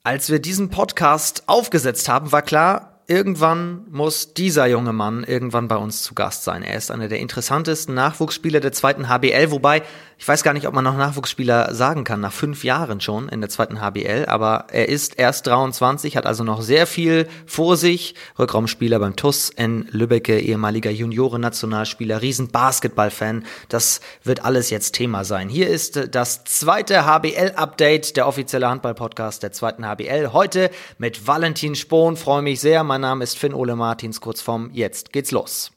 Als wir diesen Podcast aufgesetzt haben, war klar, irgendwann muss dieser junge Mann irgendwann bei uns zu Gast sein. Er ist einer der interessantesten Nachwuchsspieler der zweiten HBL, wobei ich weiß gar nicht, ob man noch Nachwuchsspieler sagen kann, nach 5 Jahren schon in der zweiten HBL, aber er ist erst 23, hat also noch sehr viel vor sich. Rückraumspieler beim TuS in Lübbecke, ehemaliger Junioren-Nationalspieler, Riesen-Basketball-Fan. Das wird alles jetzt Thema sein. Hier ist das zweite HBL-Update, der offizielle Handball-Podcast der zweiten HBL. Heute mit Valentin Spohn, freue mich sehr. Mein Name ist Finn Ole Martins, kurz vorm Jetzt geht's los.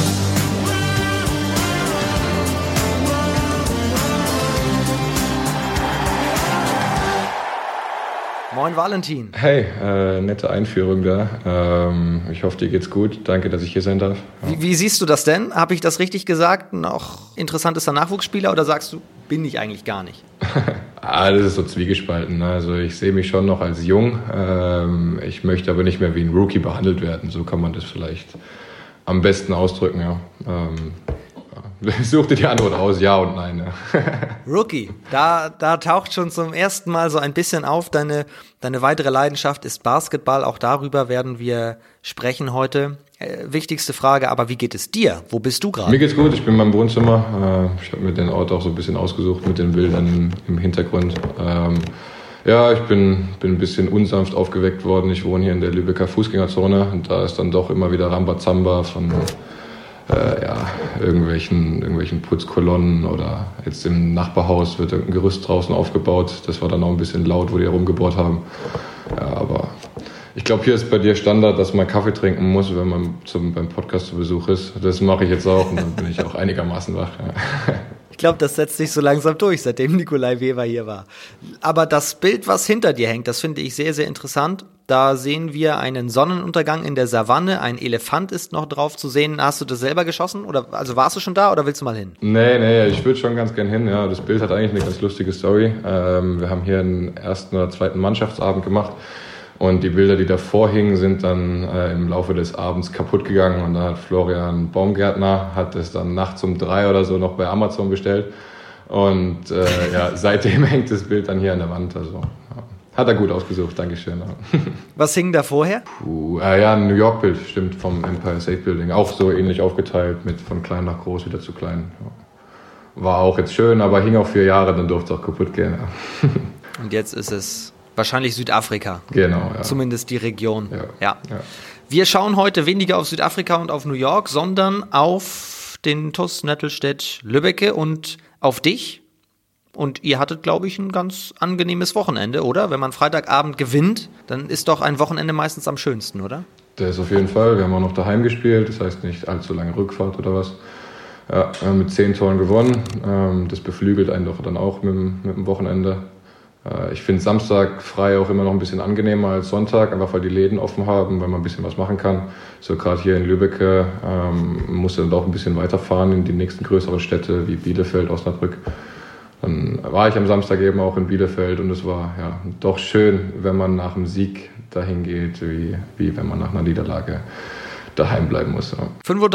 Moin Valentin. Hey, nette Einführung da. Ich hoffe, dir geht's gut. Danke, dass ich hier sein darf. Ja. Wie siehst du das denn? Habe ich das richtig gesagt? Noch interessantester Nachwuchsspieler oder sagst du, bin ich eigentlich gar nicht? Das ist so zwiegespalten. Also ich sehe mich schon noch als jung. Ich möchte aber nicht mehr wie ein Rookie behandelt werden. So kann man das vielleicht am besten ausdrücken. Ja. Such dir die Antwort aus, ja und nein. Ja. Rookie, da taucht schon zum ersten Mal so ein bisschen auf. Deine weitere Leidenschaft ist Basketball. Auch darüber werden wir sprechen heute. Wichtigste Frage, aber wie geht es dir? Wo bist du gerade? Mir geht's gut, ich bin in meinem Wohnzimmer. Ich habe mir den Ort auch so ein bisschen ausgesucht mit den Bildern im Hintergrund. Ja, ich bin ein bisschen unsanft aufgeweckt worden. Ich wohne hier in der Lübecker Fußgängerzone und da ist dann doch immer wieder Rambazamba von irgendwelchen Putzkolonnen oder jetzt im Nachbarhaus wird ein Gerüst draußen aufgebaut. Das war dann auch ein bisschen laut, wo die herumgebohrt haben. Ja, aber ich glaube, hier ist bei dir Standard, dass man Kaffee trinken muss, wenn man beim Podcast zu Besuch ist. Das mache ich jetzt auch und dann bin ich auch einigermaßen wach. Ja. Ich glaube, das setzt sich so langsam durch, seitdem Nikolai Weber hier war. Aber das Bild, was hinter dir hängt, das finde ich sehr, sehr interessant. Da sehen wir einen Sonnenuntergang in der Savanne. Ein Elefant ist noch drauf zu sehen. Hast du das selber geschossen? Also warst du schon da oder willst du mal hin? Nee, ich würde schon ganz gern hin. Ja, das Bild hat eigentlich eine ganz lustige Story. Wir haben hier einen ersten oder zweiten Mannschaftsabend gemacht. Und die Bilder, die davor hingen, sind dann im Laufe des Abends kaputt gegangen. Und da hat Florian Baumgärtner, hat es dann nachts um 3 oder so noch bei Amazon bestellt. Und seitdem hängt das Bild dann hier an der Wand. Also ja. Hat er gut ausgesucht, Dankeschön. Was hing da vorher? Ein New York-Bild, stimmt, vom Empire State Building. Auch so ähnlich aufgeteilt, mit von klein nach groß, wieder zu klein. Ja. War auch jetzt schön, aber hing auch 4 Jahre, dann durfte es auch kaputt gehen. Ja. Und jetzt ist es wahrscheinlich Südafrika. Genau, ja. Zumindest die Region. Ja. Wir schauen heute weniger auf Südafrika und auf New York, sondern auf den TuS Nettelstedt Lübbecke und auf dich. Und ihr hattet, glaube ich, ein ganz angenehmes Wochenende, oder? Wenn man Freitagabend gewinnt, dann ist doch ein Wochenende meistens am schönsten, oder? Das auf jeden Fall. Wir haben auch noch daheim gespielt, das heißt nicht allzu lange Rückfahrt oder was. Ja, mit 10 Toren gewonnen. Das beflügelt einen doch dann auch mit dem Wochenende. Ich finde Samstag frei auch immer noch ein bisschen angenehmer als Sonntag, einfach weil die Läden offen haben, weil man ein bisschen was machen kann. So gerade hier in Lübbecke musste dann doch ein bisschen weiterfahren in die nächsten größeren Städte wie Bielefeld, Osnabrück. Dann war ich am Samstag eben auch in Bielefeld und es war ja doch schön, wenn man nach einem Sieg dahin geht, wie wenn man nach einer Niederlage daheim bleiben muss. Ja.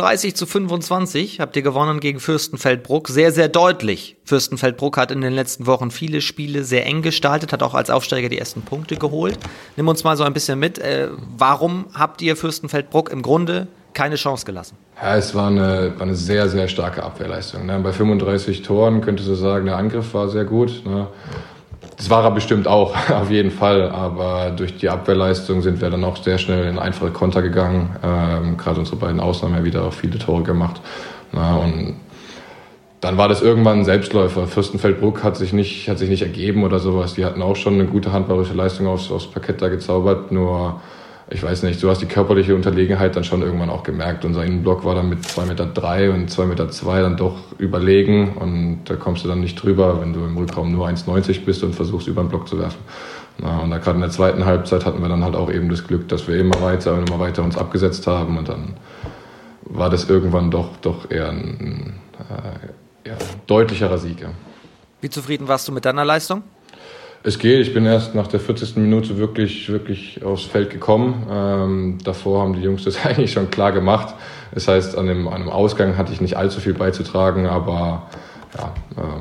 35-25 habt ihr gewonnen gegen Fürstenfeldbruck. Sehr, sehr deutlich. Fürstenfeldbruck hat in den letzten Wochen viele Spiele sehr eng gestaltet, hat auch als Aufsteiger die ersten Punkte geholt. Nimm uns mal so ein bisschen mit. Warum habt ihr Fürstenfeldbruck im Grunde keine Chance gelassen? Ja, es war eine sehr, sehr starke Abwehrleistung. Bei 35 Toren könntest du sagen, der Angriff war sehr gut. Das war er bestimmt auch, auf jeden Fall. Aber durch die Abwehrleistung sind wir dann auch sehr schnell in einfache Konter gegangen. Gerade unsere beiden Außen haben ja wieder auch viele Tore gemacht. Und dann war das irgendwann ein Selbstläufer. Fürstenfeldbruck hat sich nicht ergeben oder sowas. Die hatten auch schon eine gute handballerische Leistung aufs Parkett da gezaubert. Nur, ich weiß nicht, du hast die körperliche Unterlegenheit dann schon irgendwann auch gemerkt. Unser Innenblock war dann mit 2,3 Meter und 2,2 Meter dann doch überlegen. Und da kommst du dann nicht drüber, wenn du im Rückraum nur 1,90 bist und versuchst, über den Block zu werfen. Und da gerade in der zweiten Halbzeit hatten wir dann halt auch eben das Glück, dass wir immer weiter uns abgesetzt haben. Und dann war das irgendwann doch eher ein deutlicherer Sieg. Ja. Wie zufrieden warst du mit deiner Leistung? Es geht, ich bin erst nach der 40. Minute wirklich aufs Feld gekommen. Davor haben die Jungs das eigentlich schon klar gemacht. Das heißt, an einem Ausgang hatte ich nicht allzu viel beizutragen, aber ja,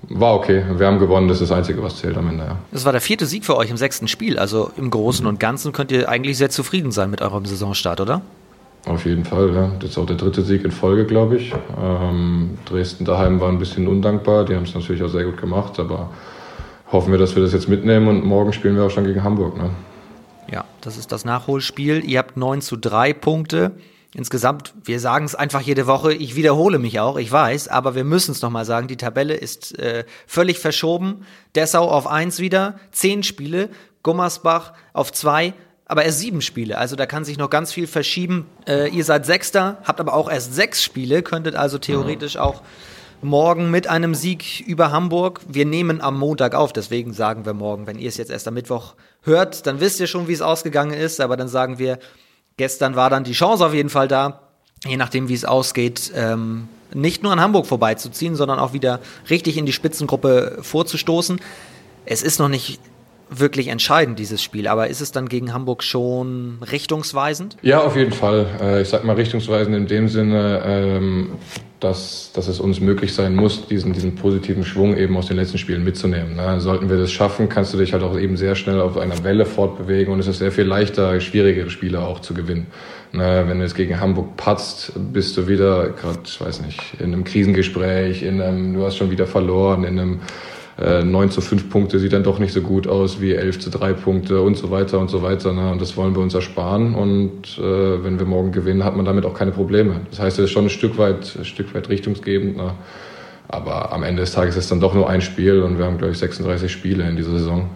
war okay. Wir haben gewonnen, das ist das Einzige, was zählt am Ende, ja. Das war der 4. Sieg für euch im 6. Spiel, also im Großen und Ganzen könnt ihr eigentlich sehr zufrieden sein mit eurem Saisonstart, oder? Auf jeden Fall, ja. Das ist auch der 3. Sieg in Folge, glaube ich. Dresden daheim war ein bisschen undankbar, die haben es natürlich auch sehr gut gemacht, aber hoffen wir, dass wir das jetzt mitnehmen und morgen spielen wir auch schon gegen Hamburg, ne? Ja, das ist das Nachholspiel. Ihr habt 9:3 Punkte. Insgesamt, wir sagen es einfach jede Woche, ich wiederhole mich auch, ich weiß, aber wir müssen es nochmal sagen, die Tabelle ist völlig verschoben. Dessau auf 1 wieder, 10 Spiele, Gummersbach auf 2, aber erst 7 Spiele, also da kann sich noch ganz viel verschieben. Ihr seid Sechster, habt aber auch erst 6 Spiele, könntet also theoretisch auch morgen mit einem Sieg über Hamburg. Wir nehmen am Montag auf, deswegen sagen wir morgen, wenn ihr es jetzt erst am Mittwoch hört, dann wisst ihr schon, wie es ausgegangen ist, aber dann sagen wir, gestern war dann die Chance auf jeden Fall da, je nachdem wie es ausgeht, nicht nur an Hamburg vorbeizuziehen, sondern auch wieder richtig in die Spitzengruppe vorzustoßen. Es ist noch nicht wirklich entscheidend, dieses Spiel, aber ist es dann gegen Hamburg schon richtungsweisend? Ja, auf jeden Fall. Ich sag mal richtungsweisend in dem Sinne, dass es uns möglich sein muss, diesen positiven Schwung eben aus den letzten Spielen mitzunehmen. Ne? Sollten wir das schaffen, kannst du dich halt auch eben sehr schnell auf einer Welle fortbewegen und es ist sehr viel leichter, schwierigere Spiele auch zu gewinnen. Ne? Wenn du jetzt gegen Hamburg patzt, bist du wieder gerade, ich weiß nicht, in einem Krisengespräch, du hast schon wieder verloren, in einem 9:5 Punkte sieht dann doch nicht so gut aus wie 11:3 Punkte und so weiter und so weiter. Ne? Und das wollen wir uns ersparen. Und wenn wir morgen gewinnen, hat man damit auch keine Probleme. Das heißt, es ist schon ein Stück weit richtungsgebend. Ne? Aber am Ende des Tages ist es dann doch nur ein Spiel und wir haben, glaube ich, 36 Spiele in dieser Saison.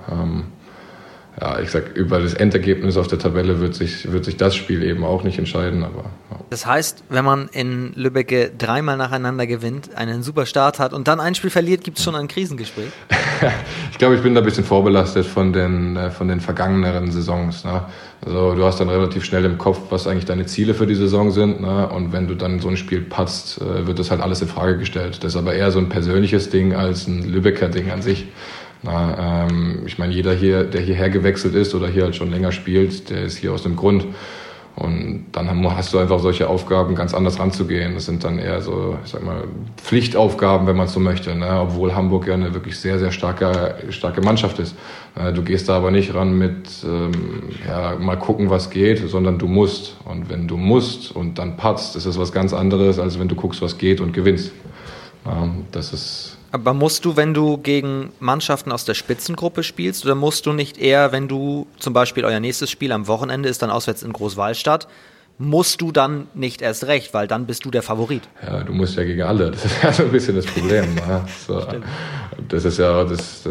Ja, ich sag, über das Endergebnis auf der Tabelle wird sich das Spiel eben auch nicht entscheiden. Aber ja. Das heißt, wenn man in Lübbecke 3-mal nacheinander gewinnt, einen super Start hat und dann ein Spiel verliert, gibt es schon ein Krisengespräch? Ich glaube, ich bin da ein bisschen vorbelastet von den vergangeneren Saisons. Ne? Also du hast dann relativ schnell im Kopf, was eigentlich deine Ziele für die Saison sind. Ne? Und wenn du dann so ein Spiel patzt, wird das halt alles in Frage gestellt. Das ist aber eher so ein persönliches Ding als ein Lübecker Ding an sich. Na, ich meine, jeder hier, der hierher gewechselt ist oder hier halt schon länger spielt, der ist hier aus dem Grund. Und dann hast du einfach solche Aufgaben, ganz anders ranzugehen. Das sind dann eher so, ich sag mal, Pflichtaufgaben, wenn man es so möchte. Ne? Obwohl Hamburg ja eine wirklich sehr, sehr starke Mannschaft ist. Du gehst da aber nicht ran mit, mal gucken, was geht, sondern du musst. Und wenn du musst und dann patzt, ist das was ganz anderes, als wenn du guckst, was geht und gewinnst. Das ist... Aber musst du, wenn du gegen Mannschaften aus der Spitzengruppe spielst, oder musst du nicht eher, wenn du zum Beispiel euer nächstes Spiel am Wochenende ist dann auswärts in Großwallstadt, musst du dann nicht erst recht, weil dann bist du der Favorit? Ja, du musst ja gegen alle. Das ist ja so ein bisschen das Problem. Ne? So, das ist ja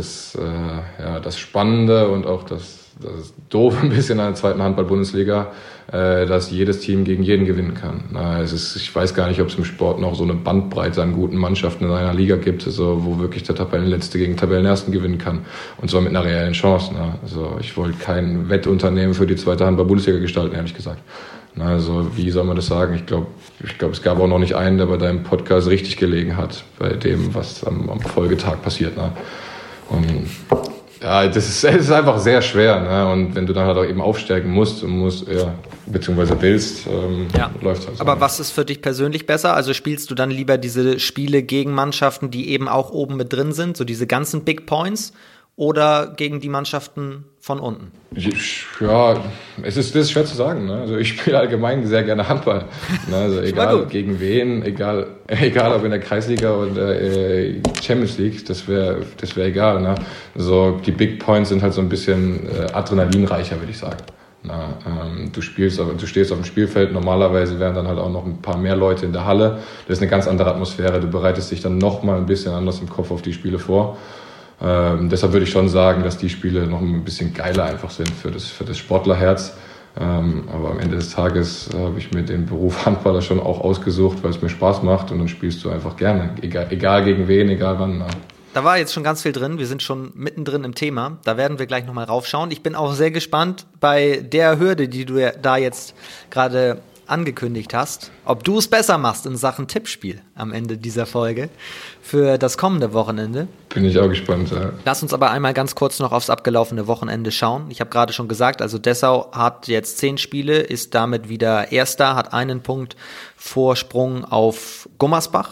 das Spannende und auch das Doofe ein bisschen an der zweiten Handball-Bundesliga, dass jedes Team gegen jeden gewinnen kann. Ich weiß gar nicht, ob es im Sport noch so eine Bandbreite an guten Mannschaften in einer Liga gibt, also wo wirklich der Tabellenletzte gegen Tabellenersten gewinnen kann. Und zwar mit einer reellen Chance. Ne? Also ich wollte kein Wettunternehmen für die zweite Handball-Bundesliga gestalten, ehrlich gesagt. Also wie soll man das sagen? Ich glaube, es gab auch noch nicht einen, der bei deinem Podcast richtig gelegen hat, bei dem, was am Folgetag passiert. Ne? Und ja, es ist einfach sehr schwer. Ne? Und wenn du dann halt auch eben aufsteigen musst beziehungsweise willst, läuft es halt so. Aber was ist für dich persönlich besser? Also spielst du dann lieber diese Spiele gegen Mannschaften, die eben auch oben mit drin sind, so diese ganzen Big Points, oder gegen die Mannschaften von unten? Ja, das ist schwer zu sagen. Ne? Also ich spiele allgemein sehr gerne Handball. Ne? Also egal gegen wen, egal ob in der Kreisliga oder Champions League, das wäre egal. Ne? Also die Big Points sind halt so ein bisschen adrenalinreicher, würde ich sagen. Na, du stehst auf dem Spielfeld, normalerweise wären dann halt auch noch ein paar mehr Leute in der Halle. Das ist eine ganz andere Atmosphäre. Du bereitest dich dann noch mal ein bisschen anders im Kopf auf die Spiele vor. Deshalb würde ich schon sagen, dass die Spiele noch ein bisschen geiler einfach sind für das Sportlerherz. Aber am Ende des Tages habe ich mir den Beruf Handballer schon auch ausgesucht, weil es mir Spaß macht und dann spielst du einfach gerne. Egal gegen wen, egal wann. Na. Da war jetzt schon ganz viel drin. Wir sind schon mittendrin im Thema. Da werden wir gleich nochmal raufschauen. Ich bin auch sehr gespannt bei der Hürde, die du da jetzt gerade angekündigt hast, ob du es besser machst in Sachen Tippspiel am Ende dieser Folge für das kommende Wochenende. Bin ich auch gespannt, ja. Lass uns aber einmal ganz kurz noch aufs abgelaufene Wochenende schauen. Ich habe gerade schon gesagt, also Dessau hat jetzt 10 Spiele, ist damit wieder Erster, hat einen Punkt Vorsprung auf Gummersbach.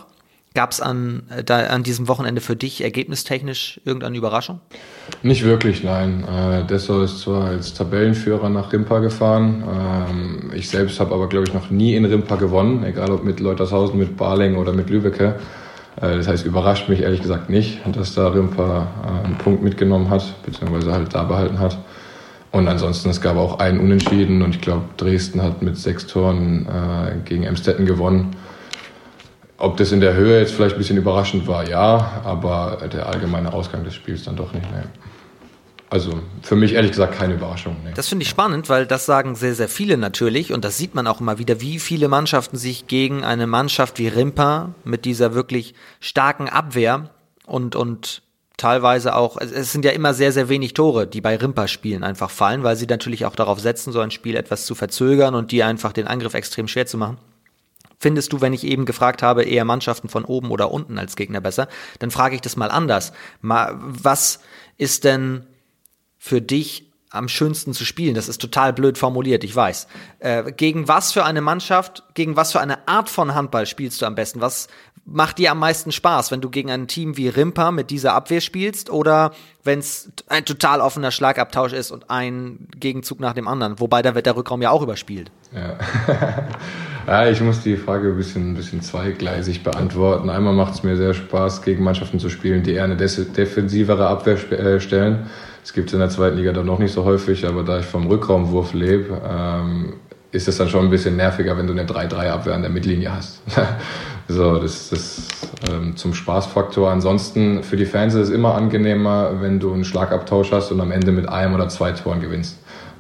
Gab es an diesem Wochenende für dich ergebnistechnisch irgendeine Überraschung? Nicht wirklich, nein. Dessau ist zwar als Tabellenführer nach Rimpa gefahren. Ich selbst habe aber, glaube ich, noch nie in Rimpa gewonnen, egal ob mit Leutershausen, mit Balingen oder mit Lübbecke. Das heißt, überrascht mich ehrlich gesagt nicht, dass da Rimpa einen Punkt mitgenommen hat, beziehungsweise halt da behalten hat. Und ansonsten, es gab auch einen Unentschieden und ich glaube, Dresden hat mit 6 Toren gegen Emstetten gewonnen. Ob das in der Höhe jetzt vielleicht ein bisschen überraschend war, ja, aber der allgemeine Ausgang des Spiels dann doch nicht. Nee. Also für mich ehrlich gesagt keine Überraschung. Nee. Das finde ich spannend, weil das sagen sehr, sehr viele natürlich und das sieht man auch immer wieder, wie viele Mannschaften sich gegen eine Mannschaft wie Rimpa mit dieser wirklich starken Abwehr und teilweise auch, es sind ja immer sehr, sehr wenig Tore, die bei Rimpa-Spielen einfach fallen, weil sie natürlich auch darauf setzen, so ein Spiel etwas zu verzögern und die einfach den Angriff extrem schwer zu machen. Findest du, wenn ich eben gefragt habe, eher Mannschaften von oben oder unten als Gegner besser, dann frage ich das mal anders. Was ist denn für dich am schönsten zu spielen? Das ist total blöd formuliert, ich weiß. Gegen was für eine Mannschaft, gegen was für eine Art von Handball spielst du am besten? Was macht dir am meisten Spaß, wenn du gegen ein Team wie Rimpa mit dieser Abwehr spielst oder wenn es ein total offener Schlagabtausch ist und ein Gegenzug nach dem anderen? Wobei, da wird der Rückraum ja auch überspielt. Ja. Ja, ich muss die Frage ein bisschen zweigleisig beantworten. Einmal macht es mir sehr Spaß, gegen Mannschaften zu spielen, die eher eine defensivere Abwehr stellen. Das gibt es in der zweiten Liga dann noch nicht so häufig, aber da ich vom Rückraumwurf lebe, ist es dann schon ein bisschen nerviger, wenn du eine 3-3-Abwehr an der Mittellinie hast. So, das ist zum Spaßfaktor. Ansonsten für die Fans ist es immer angenehmer, wenn du einen Schlagabtausch hast und am Ende mit 1 oder 2 Toren gewinnst.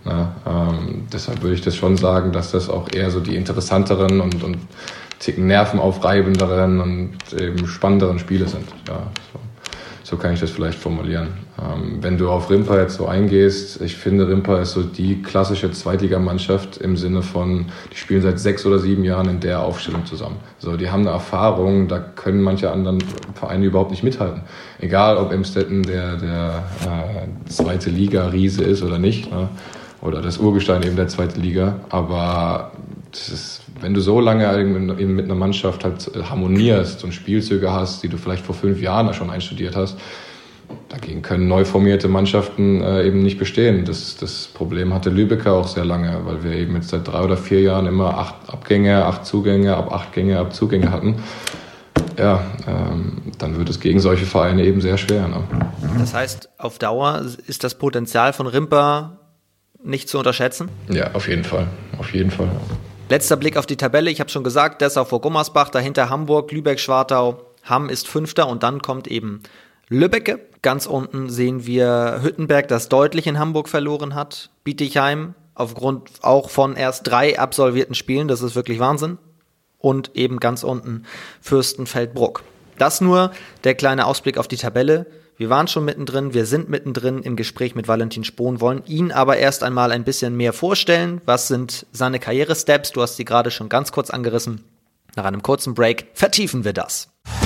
Deshalb würde ich das schon sagen, dass das auch eher so die interessanteren und Ticken nervenaufreibenderen und eben spannenderen Spiele sind. Ja, so kann ich das vielleicht formulieren. Wenn du auf Rimpa jetzt so eingehst, ich finde, Rimpa ist so die klassische Zweitligamannschaft im Sinne von, die spielen seit 6 oder 7 Jahren in der Aufstellung zusammen. So, die haben eine Erfahrung, da können manche anderen Vereine überhaupt nicht mithalten. Egal, ob Emstetten der zweite Liga-Riese ist oder nicht, ne? Oder das Urgestein eben der zweiten Liga. Aber das ist, wenn du so lange mit einer Mannschaft halt harmonierst und Spielzüge hast, die du vielleicht vor 5 Jahren schon einstudiert hast, dagegen können neu formierte Mannschaften eben nicht bestehen. Das Problem hatte Lübecker auch sehr lange, weil wir eben jetzt seit 3 oder 4 Jahren immer 8 Abgänge, 8 Zugänge, ab 8 Gänge, ab Zugänge hatten. Ja, dann wird es gegen solche Vereine eben sehr schwer. Ne? Das heißt, auf Dauer ist das Potenzial von Rimpa nicht zu unterschätzen? Ja, auf jeden Fall. Auf jeden Fall. Ja. Letzter Blick auf die Tabelle. Ich habe schon gesagt, Dessau vor Gummersbach, dahinter Hamburg, Lübeck, Schwartau. Hamm ist 5. und dann kommt eben Lübbecke. Ganz unten sehen wir Hüttenberg, das deutlich in Hamburg verloren hat. Bietigheim, aufgrund auch von erst 3 absolvierten Spielen. Das ist wirklich Wahnsinn. Und eben ganz unten Fürstenfeldbruck. Das nur der kleine Ausblick auf die Tabelle. Wir waren schon mittendrin, wir sind mittendrin im Gespräch mit Valentin Spohn, wollen ihn aber erst einmal ein bisschen mehr vorstellen. Was sind seine Karrieresteps? Du hast sie gerade schon ganz kurz angerissen. Nach einem kurzen Break vertiefen wir das.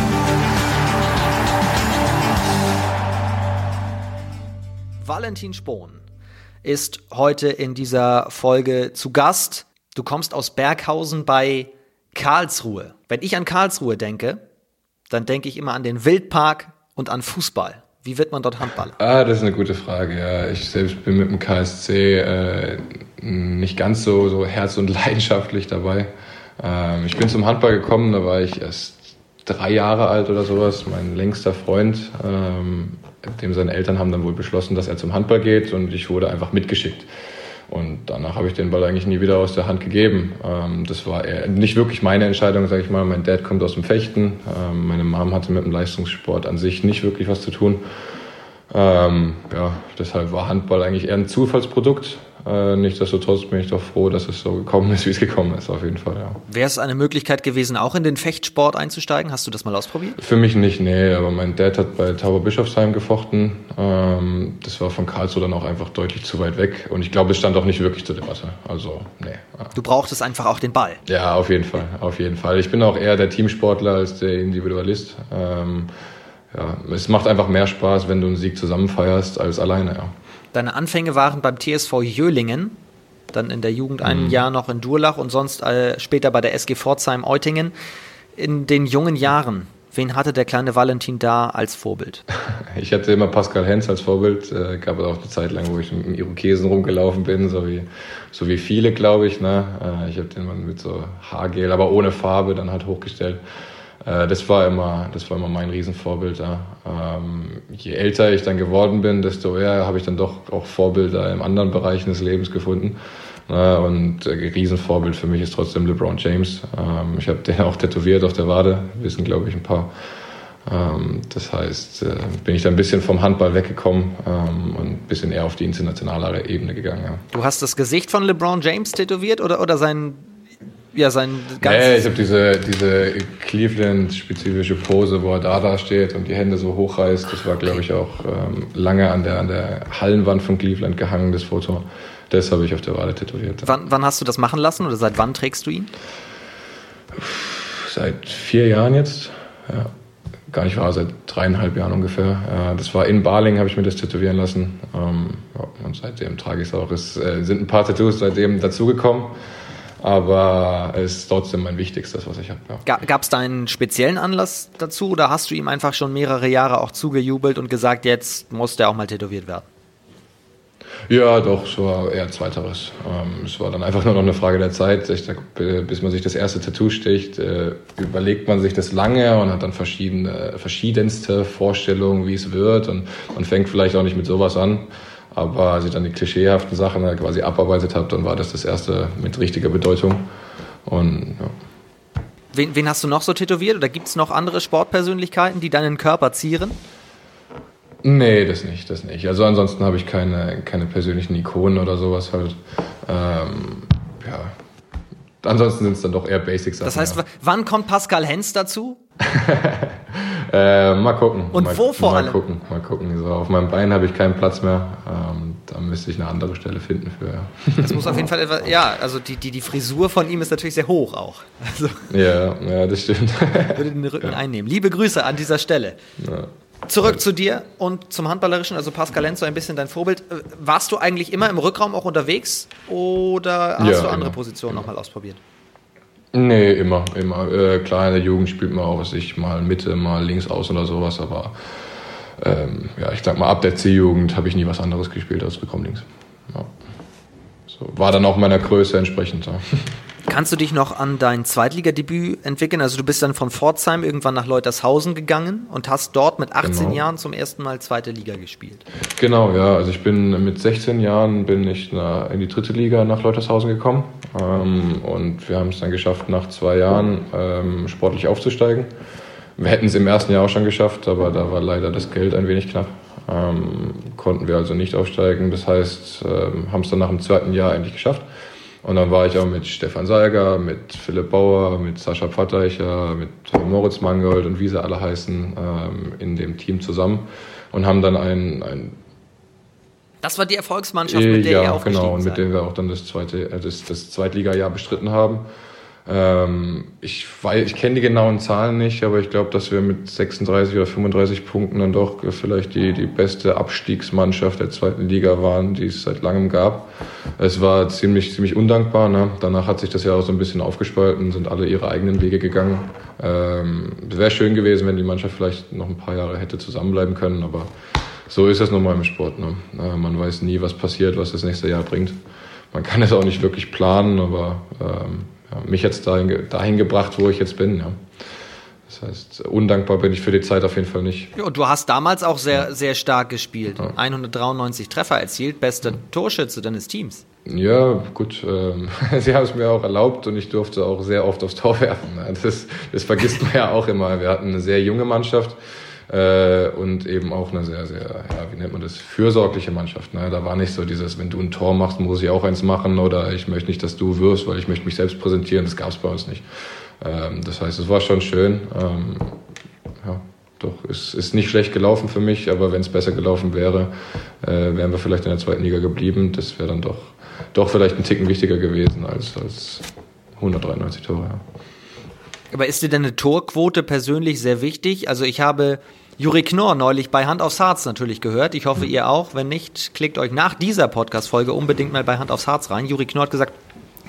Valentin Spohn ist heute in dieser Folge zu Gast. Du kommst aus Berghausen bei Karlsruhe. Wenn ich an Karlsruhe denke, dann denke ich immer an den Wildpark und an Fußball. Wie wird man dort Handballer? Das ist eine gute Frage. Ja, ich selbst bin mit dem KSC nicht ganz so herz- und leidenschaftlich dabei. Ich bin zum Handball gekommen, da war ich erst 3 Jahre alt oder sowas. Mein längster Freund, dem seine Eltern haben dann wohl beschlossen, dass er zum Handball geht und ich wurde einfach mitgeschickt. Und danach habe ich den Ball eigentlich nie wieder aus der Hand gegeben. Das war nicht wirklich meine Entscheidung, sage ich mal. Mein Dad kommt aus dem Fechten. Meine Mom hatte mit dem Leistungssport an sich nicht wirklich was zu tun. Deshalb war Handball eigentlich eher ein Zufallsprodukt. Nichtsdestotrotz bin ich doch froh, dass es so gekommen ist, wie es gekommen ist, auf jeden Fall, ja. Wäre es eine Möglichkeit gewesen, auch in den Fechtsport einzusteigen? Hast du das mal ausprobiert? Für mich nicht, nee, aber mein Dad hat bei Tauberbischofsheim gefochten. Das war von Karlsruhe dann auch einfach deutlich zu weit weg und ich glaube, es stand auch nicht wirklich zur Debatte, also, nee. Ja. Du brauchtest einfach auch den Ball? Ja, auf jeden Fall. Ich bin auch eher der Teamsportler als der Individualist. Es macht einfach mehr Spaß, wenn du einen Sieg zusammen feierst, als alleine, ja. Deine Anfänge waren beim TSV Jöhlingen, dann in der Jugend ein Jahr noch in Durlach und sonst später bei der SG Pforzheim-Eutingen. In den jungen Jahren, Wen hatte der kleine Valentin da als Vorbild? Ich hatte immer Pascal Hens als Vorbild. Gab es auch eine Zeit lang, wo ich mit dem Irokesen rumgelaufen bin, so wie viele, glaube ich. Ne? Ich habe den mal mit so Haargel, aber ohne Farbe dann halt hochgestellt. Das war immer mein Riesenvorbild. Ja. Je älter ich dann geworden bin, desto eher habe ich dann doch auch Vorbilder in anderen Bereichen des Lebens gefunden. Und Riesenvorbild für mich ist trotzdem LeBron James. Ich habe den auch tätowiert auf der Wade, wissen glaube ich ein paar. Das heißt, bin ich da ein bisschen vom Handball weggekommen und ein bisschen eher auf die internationale Ebene gegangen. Ja. Du hast das Gesicht von LeBron James tätowiert oder sein ganzes... Nee, ich habe diese Cleveland-spezifische Pose, wo er da steht und die Hände so hochreißt. Das war, glaube ich, auch lange an der Hallenwand von Cleveland gehangen, das Foto. Das habe ich auf der Wade tätowiert. Wann hast du das machen lassen oder seit wann trägst du ihn? Seit 4 Jahren jetzt. Ja. Gar nicht wahr, seit 3,5 Jahren ungefähr. Das war in Balingen, habe ich mir das tätowieren lassen. Und seitdem trage ich es auch. Es sind ein paar Tattoos seitdem dazugekommen. Aber es ist trotzdem mein wichtigstes, was ich habe. Ja. Gab es da einen speziellen Anlass dazu oder hast du ihm einfach schon mehrere Jahre auch zugejubelt und gesagt, jetzt muss der auch mal tätowiert werden? Ja, doch, es war eher Zweiteres. Es war dann einfach nur noch eine Frage der Zeit. Ich sag, bis man sich das erste Tattoo sticht, überlegt man sich das lange und hat dann verschiedenste Vorstellungen, wie es wird. Und man fängt vielleicht auch nicht mit sowas an. Aber als ich dann die klischeehaften Sachen quasi abarbeitet habe, dann war das erste mit richtiger Bedeutung. Und ja. Wen hast du noch so tätowiert? Oder gibt es noch andere Sportpersönlichkeiten, die deinen Körper zieren? Nee, das nicht. Also ansonsten habe ich keine persönlichen Ikonen oder sowas halt. Ja. Ansonsten sind es dann doch eher Basic-Sachen. Das heißt, wann kommt Pascal Hens dazu? Mal gucken. Und wo vor allem? Mal gucken. So, auf meinem Bein habe ich keinen Platz mehr. Da müsste ich eine andere Stelle finden für. Ja. Das muss auf jeden Fall etwas. Ja, also die Frisur von ihm ist natürlich sehr hoch auch. Also, ja, das stimmt. Würde den Rücken einnehmen. Liebe Grüße an dieser Stelle. Ja. Zurück zu dir und zum Handballerischen, also Pascal Hens, so ein bisschen dein Vorbild. Warst du eigentlich immer im Rückraum auch unterwegs oder hast du andere Positionen nochmal ausprobiert? Nee, immer. Klar, in der Jugend spielt man auch, mal Mitte, mal links aus oder sowas, aber ich sag mal, ab der C-Jugend habe ich nie was anderes gespielt als Rückraum links. Ja. So, war dann auch meiner Größe entsprechend. Ja. Kannst du dich noch an dein Zweitligadebüt entwickeln? Also du bist dann von Pforzheim irgendwann nach Leutershausen gegangen und hast dort mit 18 Jahren zum ersten Mal zweite Liga gespielt. Genau, ja. Also ich bin mit 16 Jahren in die dritte Liga nach Leutershausen gekommen. Und wir haben es dann geschafft, nach 2 Jahren sportlich aufzusteigen. Wir hätten es im ersten Jahr auch schon geschafft, aber da war leider das Geld ein wenig knapp. Konnten wir also nicht aufsteigen. Das heißt, haben es dann nach dem 2. Jahr endlich geschafft. Und dann war ich auch mit Stefan Seiger, mit Philipp Bauer, mit Sascha Pfatteicher, mit Moritz Mangold und wie sie alle heißen, in dem Team zusammen und haben dann ein Das war die Erfolgsmannschaft, mit der ihr aufgestiegen seid? Ja, genau, und mit der wir auch dann das Zweitliga-Jahr bestritten haben. Ich kenne die genauen Zahlen nicht, aber ich glaube, dass wir mit 36 oder 35 Punkten dann doch vielleicht die beste Abstiegsmannschaft der zweiten Liga waren, die es seit langem gab. Es war ziemlich undankbar. Ne? Danach hat sich das ja auch so ein bisschen aufgespalten, sind alle ihre eigenen Wege gegangen. Es wäre schön gewesen, wenn die Mannschaft vielleicht noch ein paar Jahre hätte zusammenbleiben können, aber so ist das nun mal im Sport. Ne? Man weiß nie, was passiert, was das nächste Jahr bringt. Man kann es auch nicht wirklich planen, aber mich jetzt dahin gebracht, wo ich jetzt bin. Ja. Das heißt, undankbar bin ich für die Zeit auf jeden Fall nicht. Ja, und du hast damals auch sehr, sehr stark gespielt. Ja. 193 Treffer erzielt, bester Torschütze deines Teams. Ja, gut. Sie haben es mir auch erlaubt und ich durfte auch sehr oft aufs Tor werfen. Das vergisst man ja auch immer. Wir hatten eine sehr junge Mannschaft. Und eben auch eine sehr, sehr, wie nennt man das, fürsorgliche Mannschaft. Ne? Da war nicht so dieses, wenn du ein Tor machst, muss ich auch eins machen oder ich möchte nicht, dass du wirfst, weil ich möchte mich selbst präsentieren. Das gab es bei uns nicht. Das heißt, es war schon schön. Doch, es ist nicht schlecht gelaufen für mich, aber wenn es besser gelaufen wäre, wären wir vielleicht in der zweiten Liga geblieben. Das wäre dann doch vielleicht ein Ticken wichtiger gewesen als 193 Tore. Ja. Aber ist dir denn eine Torquote persönlich sehr wichtig? Also ich habe Juri Knorr neulich bei Hand aufs Harz natürlich gehört. Ich hoffe, ihr auch. Wenn nicht, klickt euch nach dieser Podcast-Folge unbedingt mal bei Hand aufs Harz rein. Juri Knorr hat gesagt,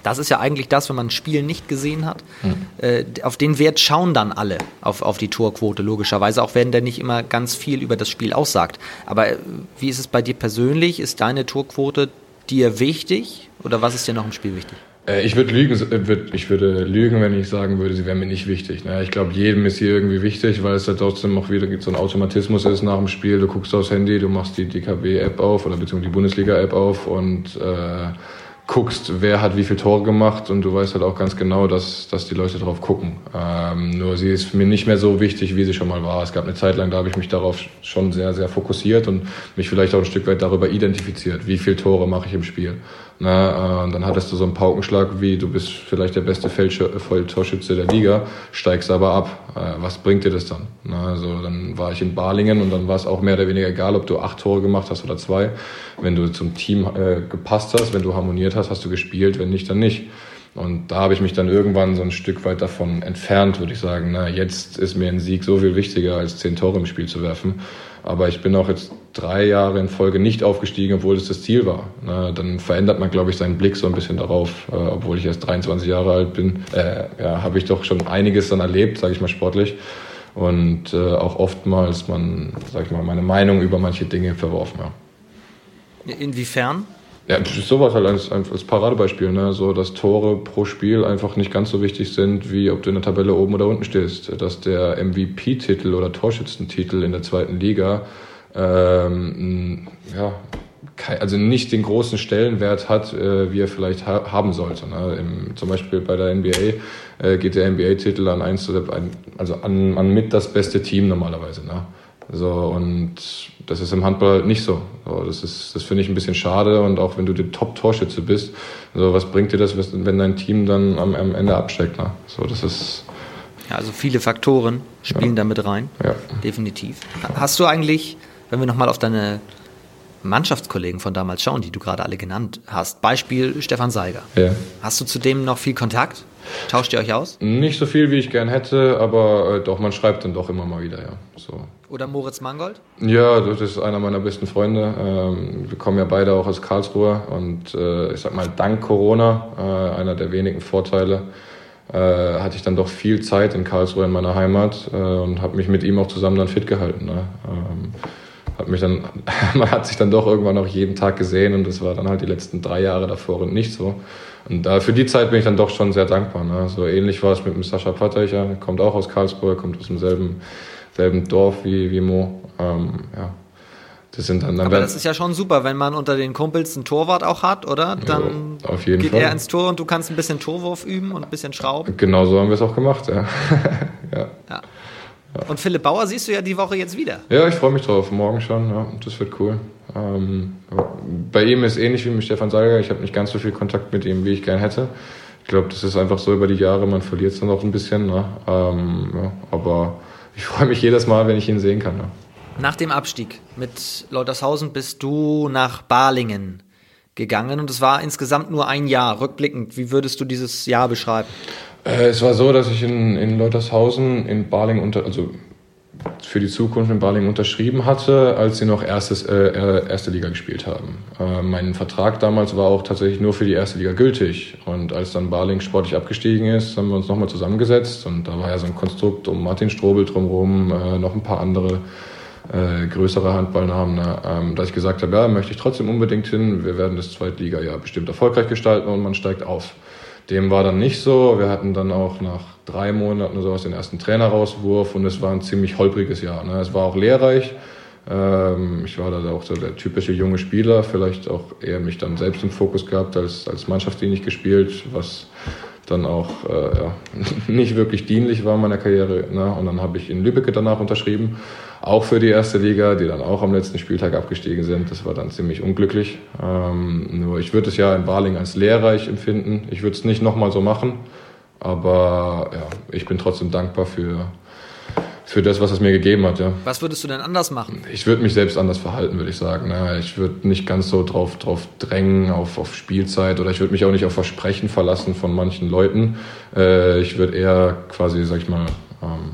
Das ist ja eigentlich das, wenn man ein Spiel nicht gesehen hat. Auf den Wert schauen dann alle, auf die Torquote logischerweise, auch wenn der nicht immer ganz viel über das Spiel aussagt. Aber wie ist es bei dir persönlich? Ist deine Torquote dir wichtig oder was ist dir noch im Spiel wichtig? Ich würde lügen, wenn ich sagen würde, sie wäre mir nicht wichtig. Ich glaube, jedem ist sie irgendwie wichtig, weil es ja trotzdem auch wieder so ein Automatismus ist nach dem Spiel. Du guckst aufs Handy, du machst die DKB-App auf oder beziehungsweise die Bundesliga-App auf und guckst, wer hat wie viele Tore gemacht und du weißt halt auch ganz genau, dass die Leute drauf gucken. Nur sie ist mir nicht mehr so wichtig, wie sie schon mal war. Es gab eine Zeit lang, da habe ich mich darauf schon sehr, sehr fokussiert und mich vielleicht auch ein Stück weit darüber identifiziert, wie viele Tore mache ich im Spiel. Und dann hattest du so einen Paukenschlag wie, du bist vielleicht der beste Volltorschütze der Liga, steigst aber ab. Was bringt dir das dann? Also dann war ich in Balingen und dann war es auch mehr oder weniger egal, ob du 8 Tore gemacht hast oder 2. Wenn du zum Team gepasst hast, wenn du harmoniert hast, hast du gespielt, wenn nicht, dann nicht. Und da habe ich mich dann irgendwann so ein Stück weit davon entfernt, würde ich sagen. Jetzt ist mir ein Sieg so viel wichtiger, als 10 Tore im Spiel zu werfen. Aber ich bin auch jetzt 3 Jahre in Folge nicht aufgestiegen, obwohl es das Ziel war. Dann verändert man, glaube ich, seinen Blick so ein bisschen darauf. Obwohl ich erst 23 Jahre alt bin, habe ich doch schon einiges dann erlebt, sage ich mal sportlich. Und auch oftmals meine Meinung über manche Dinge verworfen. Ja. Inwiefern? Ja, sowas halt als Paradebeispiel, so dass Tore pro Spiel einfach nicht ganz so wichtig sind, wie ob du in der Tabelle oben oder unten stehst. Dass der MVP-Titel oder Torschützentitel in der 2. Liga also nicht den großen Stellenwert hat, wie er vielleicht haben sollte. Zum Beispiel bei der NBA geht der NBA-Titel an mit das beste Team normalerweise. So, und das ist im Handball nicht so. Das finde ich ein bisschen schade und auch wenn du der Top-Torschütze bist, was bringt dir das, wenn dein Team dann am Ende absteigt? Das ist... Ja, also viele Faktoren spielen da mit rein, definitiv. Hast du eigentlich, wenn wir nochmal auf deine Mannschaftskollegen von damals schauen, die du gerade alle genannt hast, Beispiel Stefan Seiger, hast du zu dem noch viel Kontakt? Tauscht ihr euch aus? Nicht so viel, wie ich gern hätte, aber doch, man schreibt dann doch immer mal wieder, So. Oder Moritz Mangold? Ja, das ist einer meiner besten Freunde. Wir kommen ja beide auch aus Karlsruhe und ich sag mal, dank Corona, einer der wenigen Vorteile, hatte ich dann doch viel Zeit in Karlsruhe in meiner Heimat und habe mich mit ihm auch zusammen dann fit gehalten. Man hat sich dann doch irgendwann auch jeden Tag gesehen und das war dann halt die letzten 3 Jahre davor und nicht so. Und für die Zeit bin ich dann doch schon sehr dankbar. So ähnlich war es mit dem Sascha Patteicher, kommt auch aus Karlsruhe, kommt aus demselben Dorf wie Mo. Das sind dann aber das ist ja schon super, wenn man unter den Kumpels einen Torwart auch hat, oder? Dann auf jeden geht Fall. Er ins Tor und du kannst ein bisschen Torwurf üben und ein bisschen schrauben. Genau so haben wir es auch gemacht, ja. Und Philipp Bauer siehst du ja die Woche jetzt wieder. Ja, ich freue mich drauf. Morgen schon, das wird cool. Bei ihm ist ähnlich wie mit Stefan Seiger. Ich habe nicht ganz so viel Kontakt mit ihm, wie ich gern hätte. Ich glaube, das ist einfach so über die Jahre, man verliert es dann auch ein bisschen. Aber ich freue mich jedes Mal, wenn ich ihn sehen kann. Nach dem Abstieg mit Leutershausen bist du nach Balingen gegangen und es war insgesamt nur ein Jahr. Rückblickend, wie würdest du dieses Jahr beschreiben? Es war so, dass ich in Leutershausen in Balingen für die Zukunft in Balingen unterschrieben hatte, als sie noch erste Liga gespielt haben. Mein Vertrag damals war auch tatsächlich nur für die erste Liga gültig. Und als dann Balingen sportlich abgestiegen ist, haben wir uns nochmal zusammengesetzt. Und da war ja so ein Konstrukt um Martin Strobel drumherum, noch ein paar andere größere Handballnamen, dass ich gesagt habe, ja, möchte ich trotzdem unbedingt hin. Wir werden das Zweitliga-Jahr bestimmt erfolgreich gestalten und man steigt auf. Dem war dann nicht so. Wir hatten dann auch nach 3 Monaten oder sowas den ersten Trainerauswurf und es war ein ziemlich holpriges Jahr. Es war auch lehrreich. Ich war da auch so der typische junge Spieler, vielleicht auch eher mich dann selbst im Fokus gehabt als mannschaftsdienlich gespielt, was dann auch nicht wirklich dienlich war meiner Karriere. Und dann habe ich in Lübbecke danach unterschrieben, auch für die erste Liga, die dann auch am letzten Spieltag abgestiegen sind. Das war dann ziemlich unglücklich. Nur ich würde das Jahr in Balingen als lehrreich empfinden. Ich würde es nicht nochmal so machen, aber ich bin trotzdem dankbar für das, was es mir gegeben hat. Ja. Was würdest du denn anders machen? Ich würde mich selbst anders verhalten, würde ich sagen. Ich würde nicht ganz so drauf drängen auf Spielzeit oder ich würde mich auch nicht auf Versprechen verlassen von manchen Leuten. Ich würde eher quasi, sag ich mal,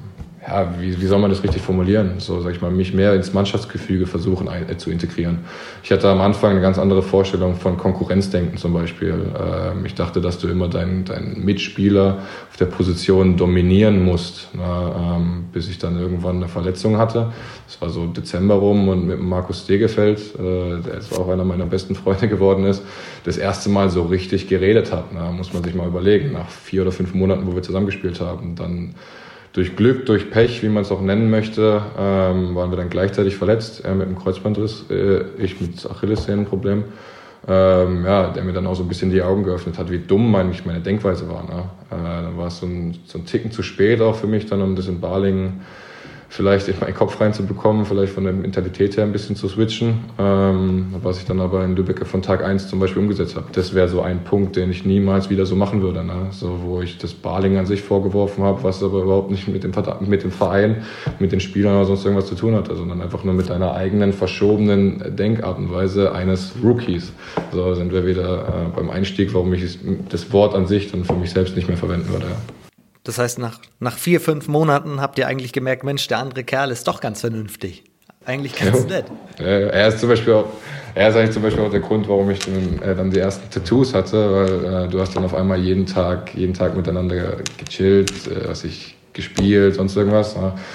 ja, wie soll man das richtig formulieren? So, sag ich mal, mich mehr ins Mannschaftsgefüge versuchen zu integrieren. Ich hatte am Anfang eine ganz andere Vorstellung von Konkurrenzdenken zum Beispiel. Ich dachte, dass du immer deinen Mitspieler auf der Position dominieren musst, bis ich dann irgendwann eine Verletzung hatte. Das war so Dezember rum und mit Markus Stegefeld, der jetzt auch einer meiner besten Freunde geworden ist, das erste Mal so richtig geredet habe. Muss man sich mal überlegen, nach 4 oder 5 Monaten, wo wir zusammengespielt haben. Dann durch Glück, durch Pech, wie man es auch nennen möchte, waren wir dann gleichzeitig verletzt. Er mit dem Kreuzbandriss, ich mit Achillessehnenproblem. Der mir dann auch so ein bisschen die Augen geöffnet hat, wie dumm eigentlich meine Denkweise war. Dann war es so ein Ticken zu spät auch für mich, dann um das in Balingen vielleicht in meinen Kopf reinzubekommen, vielleicht von der Mentalität her ein bisschen zu switchen, was ich dann aber in Lübeck von Tag 1 zum Beispiel umgesetzt habe. Das wäre so ein Punkt, den ich niemals wieder so machen würde, so, wo ich das Balingen an sich vorgeworfen habe, was aber überhaupt nicht mit dem Verein, mit den Spielern oder sonst irgendwas zu tun hatte, sondern einfach nur mit einer eigenen verschobenen Denkart und Weise eines Rookies. So sind wir wieder beim Einstieg, warum ich das Wort an sich dann für mich selbst nicht mehr verwenden würde. Das heißt, nach 4, 5 Monaten habt ihr eigentlich gemerkt, Mensch, der andere Kerl ist doch ganz vernünftig. Eigentlich ganz nett. Er ist eigentlich zum Beispiel auch der Grund, warum ich dann die ersten Tattoos hatte, weil du hast dann auf einmal jeden Tag miteinander gechillt, hast dich gespielt, sonst irgendwas.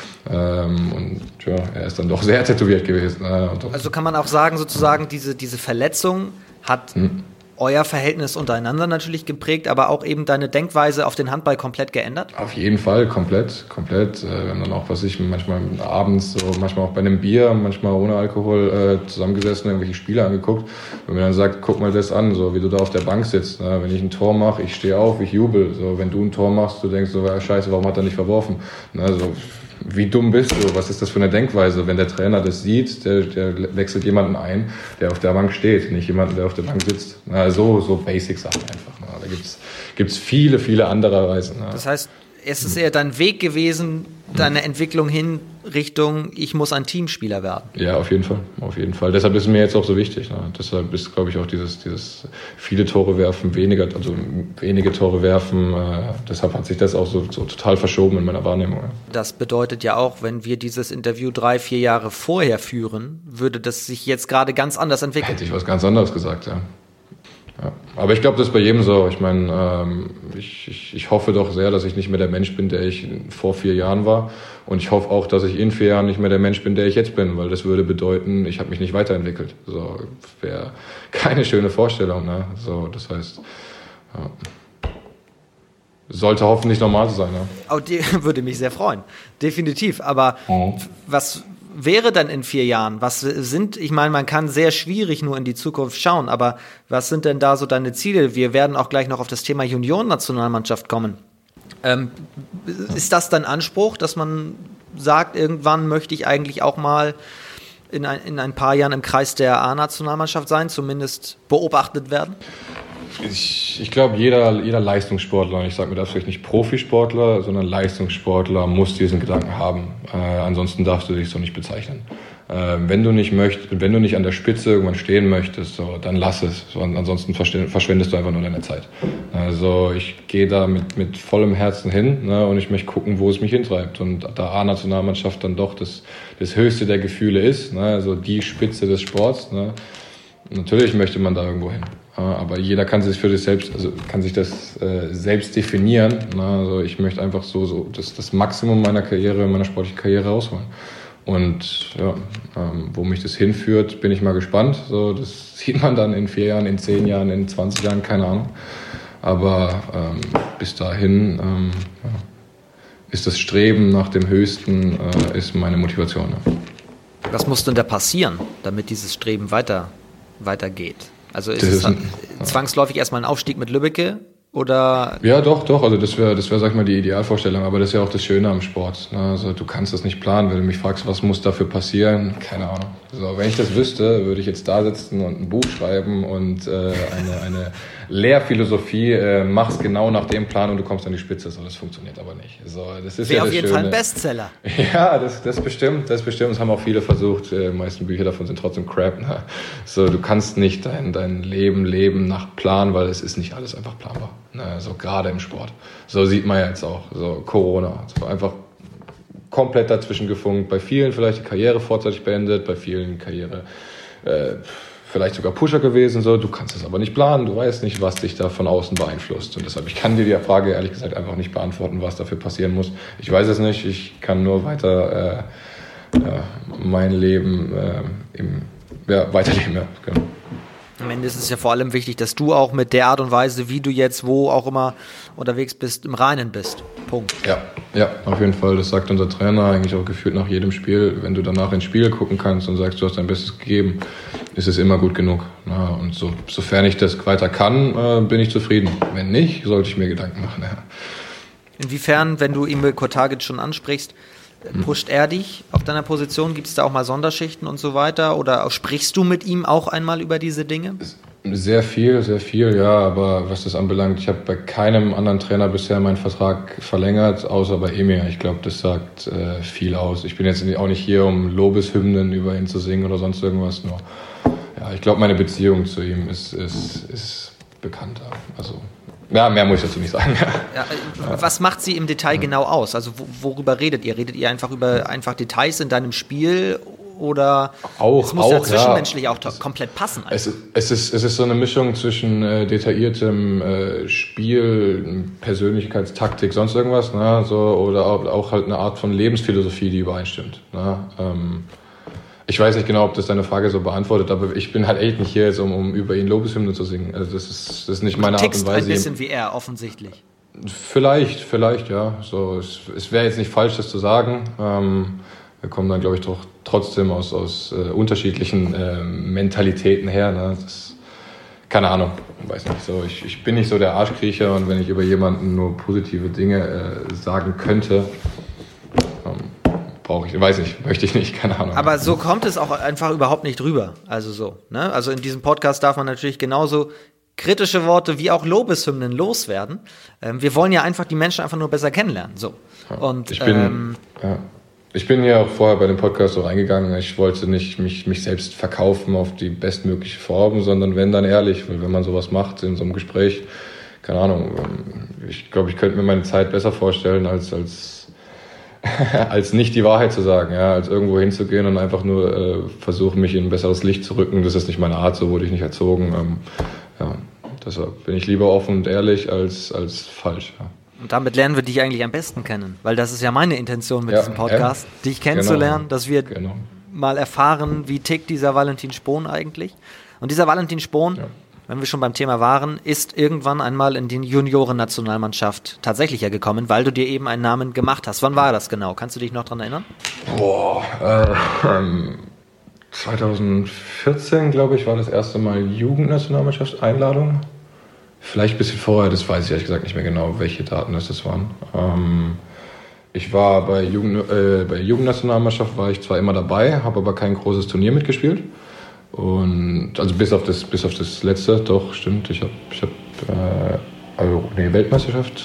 Und ja, er ist dann doch sehr tätowiert gewesen. Also kann man auch sagen, sozusagen, diese Verletzung hat euer Verhältnis untereinander natürlich geprägt, aber auch eben deine Denkweise auf den Handball komplett geändert? Auf jeden Fall, komplett. Wir haben dann auch, manchmal abends, so manchmal auch bei einem Bier, manchmal ohne Alkohol zusammengesessen, irgendwelche Spiele angeguckt. Wenn mir dann sagt, guck mal das an, so wie du da auf der Bank sitzt. Wenn ich ein Tor mache, ich stehe auf, ich jubel. So, wenn du ein Tor machst, du denkst so, scheiße, warum hat er nicht verworfen? So, wie dumm bist du? Was ist das für eine Denkweise? Wenn der Trainer das sieht, der wechselt jemanden ein, der auf der Bank steht, nicht jemanden, der auf der Bank sitzt. So Basic-Sachen einfach. Da gibt's viele, viele andere Weisen. Das heißt, es ist eher dein Weg gewesen, deine Entwicklung hin Richtung, ich muss ein Teamspieler werden. Ja, auf jeden Fall. Deshalb ist es mir jetzt auch so wichtig. Deshalb ist, glaube ich, auch dieses viele Tore werfen, wenige Tore werfen. Deshalb hat sich das auch so total verschoben in meiner Wahrnehmung. Das bedeutet ja auch, wenn wir dieses Interview 3, 4 Jahre vorher führen, würde das sich jetzt gerade ganz anders entwickeln. Hätte ich was ganz anderes gesagt, ja. Ja. Aber ich glaube, das ist bei jedem so. Ich meine, ich hoffe doch sehr, dass ich nicht mehr der Mensch bin, der ich vor 4 Jahren war. Und ich hoffe auch, dass ich in 4 Jahren nicht mehr der Mensch bin, der ich jetzt bin, weil das würde bedeuten, ich habe mich nicht weiterentwickelt. So wäre keine schöne Vorstellung. So, das heißt, sollte hoffentlich normal sein. Oh, die würde mich sehr freuen, definitiv. Aber was wäre dann in 4 Jahren? Ich meine, man kann sehr schwierig nur in die Zukunft schauen, aber was sind denn da so deine Ziele? Wir werden auch gleich noch auf das Thema Junioren-Nationalmannschaft kommen. Ist das dein Anspruch, dass man sagt, irgendwann möchte ich eigentlich auch mal in ein paar Jahren im Kreis der A-Nationalmannschaft sein, zumindest beobachtet werden? Ich glaube, jeder Leistungssportler, ich sage mir das vielleicht nicht Profisportler, sondern Leistungssportler muss diesen Gedanken haben. Ansonsten darfst du dich so nicht bezeichnen. Wenn du nicht an der Spitze irgendwann stehen möchtest, so, dann lass es. So, ansonsten verschwendest du einfach nur deine Zeit. Also ich gehe da mit vollem Herzen hin, und ich möchte gucken, wo es mich hintreibt. Und da A-Nationalmannschaft dann doch das höchste der Gefühle ist, also die Spitze des Sports, natürlich möchte man da irgendwo hin. Aber jeder kann sich das selbst definieren. Also ich möchte einfach so das Maximum meiner sportlichen Karriere rausholen. Und wo mich das hinführt, bin ich mal gespannt. So, das sieht man dann in 4 Jahren, in 10 Jahren, in 20 Jahren, keine Ahnung. Aber bis dahin ist das Streben nach dem Höchsten ist meine Motivation. Was muss denn da passieren, damit dieses Streben weitergeht? Also ist es dann zwangsläufig erstmal ein Aufstieg mit Lübbecke? Oder? Ja, doch. Also das wäre, sag ich mal, die Idealvorstellung. Aber das ist ja auch das Schöne am Sport. Also du kannst das nicht planen. Wenn du mich fragst, was muss dafür passieren? Keine Ahnung. So, wenn ich das wüsste, würde ich jetzt da sitzen und ein Buch schreiben und eine Lehrphilosophie, mach's genau nach dem Plan und du kommst an die Spitze. So, das funktioniert aber nicht. So, das ist wäre ja auf das jeden Schöne. Fall ein Bestseller. Ja, das bestimmt. Das haben auch viele versucht. Die meisten Bücher davon sind trotzdem Crap. So, du kannst nicht dein Leben leben nach Plan, weil es ist nicht alles einfach planbar. So gerade im Sport. So sieht man ja jetzt auch. So Corona. So einfach komplett dazwischen gefunkt. Bei vielen vielleicht die Karriere vorzeitig beendet, bei vielen Karriere vielleicht sogar Pusher gewesen. So. Du kannst es aber nicht planen, du weißt nicht, was dich da von außen beeinflusst. Und deshalb, ich kann dir die Frage ehrlich gesagt einfach nicht beantworten, was dafür passieren muss. Ich weiß es nicht, ich kann nur weiter mein Leben weiterleben. Ja, genau. Am Ende ist es ja vor allem wichtig, dass du auch mit der Art und Weise, wie du jetzt wo auch immer unterwegs bist, im Reinen bist. Punkt. Ja, auf jeden Fall. Das sagt unser Trainer eigentlich auch gefühlt nach jedem Spiel. Wenn du danach ins Spiel gucken kannst und sagst, du hast dein Bestes gegeben, ist es immer gut genug. Ja, und sofern ich das weiter kann, bin ich zufrieden. Wenn nicht, sollte ich mir Gedanken machen. Ja. Inwiefern, wenn du Emil Kurtagic schon ansprichst, pusht er dich auf deiner Position? Gibt es da auch mal Sonderschichten und so weiter? Oder sprichst du mit ihm auch einmal über diese Dinge? Sehr viel, ja. Aber was das anbelangt, ich habe bei keinem anderen Trainer bisher meinen Vertrag verlängert, außer bei Emir. Ich glaube, das sagt viel aus. Ich bin jetzt auch nicht hier, um Lobeshymnen über ihn zu singen oder sonst irgendwas. Nur, ja, ich glaube, meine Beziehung zu ihm ist bekannter. Also ja, mehr muss ich dazu nicht sagen. Ja, was macht sie im Detail genau aus? Also worüber redet ihr? Redet ihr einfach über Details in deinem Spiel oder es muss ja zwischenmenschlich auch komplett passen? Es ist so eine Mischung zwischen detailliertem Spiel, Persönlichkeitstaktik, sonst irgendwas, ne? So, oder auch halt eine Art von Lebensphilosophie, die übereinstimmt. Ne? Ich weiß nicht genau, ob das deine Frage so beantwortet, aber ich bin halt echt nicht hier jetzt, um über ihn Lobeshymne zu singen. Also das ist nicht meine Art und Weise. Ein bisschen wie er, offensichtlich. Vielleicht, ja. So, es wäre jetzt nicht falsch, das zu sagen. Wir kommen dann, glaube ich, doch trotzdem aus unterschiedlichen Mentalitäten her. Ne? Keine Ahnung, weiß nicht. So, ich bin nicht so der Arschkriecher und wenn ich über jemanden nur positive Dinge sagen könnte, möchte ich nicht, keine Ahnung. Aber so kommt es auch einfach überhaupt nicht rüber. Also so, ne? Also in diesem Podcast darf man natürlich genauso kritische Worte wie auch Lobeshymnen loswerden. Wir wollen ja einfach die Menschen einfach nur besser kennenlernen. So. Ja, und ich bin ja auch vorher bei dem Podcast so reingegangen. Ich wollte nicht mich selbst verkaufen auf die bestmögliche Form, sondern wenn dann ehrlich, weil wenn man sowas macht in so einem Gespräch, keine Ahnung, ich glaube, ich könnte mir meine Zeit besser vorstellen, als nicht die Wahrheit zu sagen, ja, als irgendwo hinzugehen und einfach nur versuchen, mich in ein besseres Licht zu rücken. Das ist nicht meine Art, so wurde ich nicht erzogen. Deshalb bin ich lieber offen und ehrlich als falsch. Ja. Und damit lernen wir dich eigentlich am besten kennen, weil das ist ja meine Intention mit diesem Podcast, dich kennenzulernen, dass wir mal erfahren, wie tickt dieser Valentin Spohn eigentlich. Und dieser Valentin Spohn, wenn wir schon beim Thema waren, ist irgendwann einmal in die Junioren-Nationalmannschaft tatsächlich ja gekommen, weil du dir eben einen Namen gemacht hast. Wann war das genau? Kannst du dich noch dran erinnern? 2014, glaube ich, war das erste Mal Jugendnationalmannschaft-Einladung. Vielleicht ein bisschen vorher, das weiß ich ehrlich gesagt nicht mehr genau, welche Daten das waren. Ich war bei Jugendnationalmannschaft war ich zwar immer dabei, habe aber kein großes Turnier mitgespielt. Und also bis auf das letzte, doch, stimmt. Ich habe Weltmeisterschaft.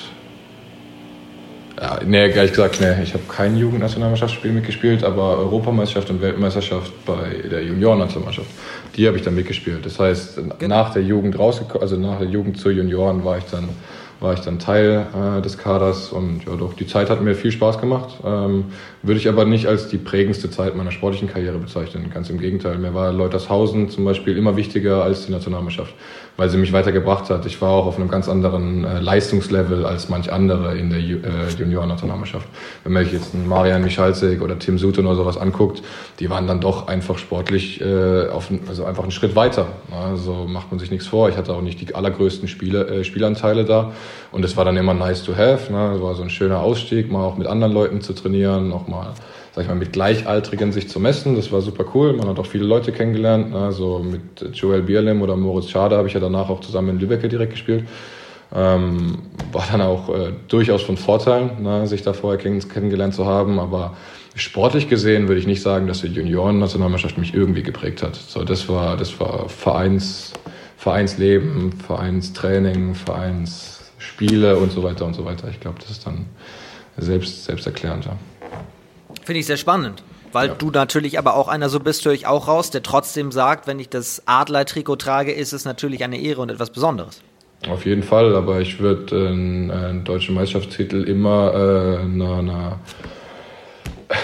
Ehrlich gesagt, ich habe kein Jugendnationalmannschaftsspiel mitgespielt, aber Europameisterschaft und Weltmeisterschaft bei der Juniorennationalmannschaft, die habe ich dann mitgespielt. Das heißt, nach der Jugend nach der Jugend zur Junioren war ich dann Teil des Kaders und ja doch, die Zeit hat mir viel Spaß gemacht. Würde ich aber nicht als die prägendste Zeit meiner sportlichen Karriere bezeichnen. Ganz im Gegenteil, mir war Leutershausen zum Beispiel immer wichtiger als die Nationalmannschaft, weil sie mich weitergebracht hat. Ich war auch auf einem ganz anderen Leistungslevel als manch andere in der Junioren-Nationalmannschaft. Wenn man sich jetzt einen Marian Michalczyk oder Tim Sutton oder sowas anguckt, die waren dann doch einfach sportlich einfach einen Schritt weiter. Also macht man sich nichts vor. Ich hatte auch nicht die allergrößten Spielanteile da. Und es war dann immer nice to have. Ne? Es war so ein schöner Ausstieg, mal auch mit anderen Leuten zu trainieren, auch mal, sag ich mal, mit Gleichaltrigen sich zu messen. Das war super cool. Man hat auch viele Leute kennengelernt. Ne? So mit Joel Bierlem oder Moritz Schade habe ich ja danach auch zusammen in Lübeck direkt gespielt. War dann auch durchaus von Vorteil, ne? Sich da vorher kennengelernt zu haben. Aber sportlich gesehen würde ich nicht sagen, dass die Junioren-Nationalmannschaft mich irgendwie geprägt hat. So, das war Vereinsleben, Vereinstraining, Vereinsspiele und so weiter und so weiter. Ich glaube, das ist dann selbsterklärend. Ja. Finde ich sehr spannend, weil du natürlich aber auch einer so bist, höre ich auch raus, der trotzdem sagt, wenn ich das Adler-Trikot trage, ist es natürlich eine Ehre und etwas Besonderes. Auf jeden Fall, aber ich würde einen deutschen Meisterschaftstitel immer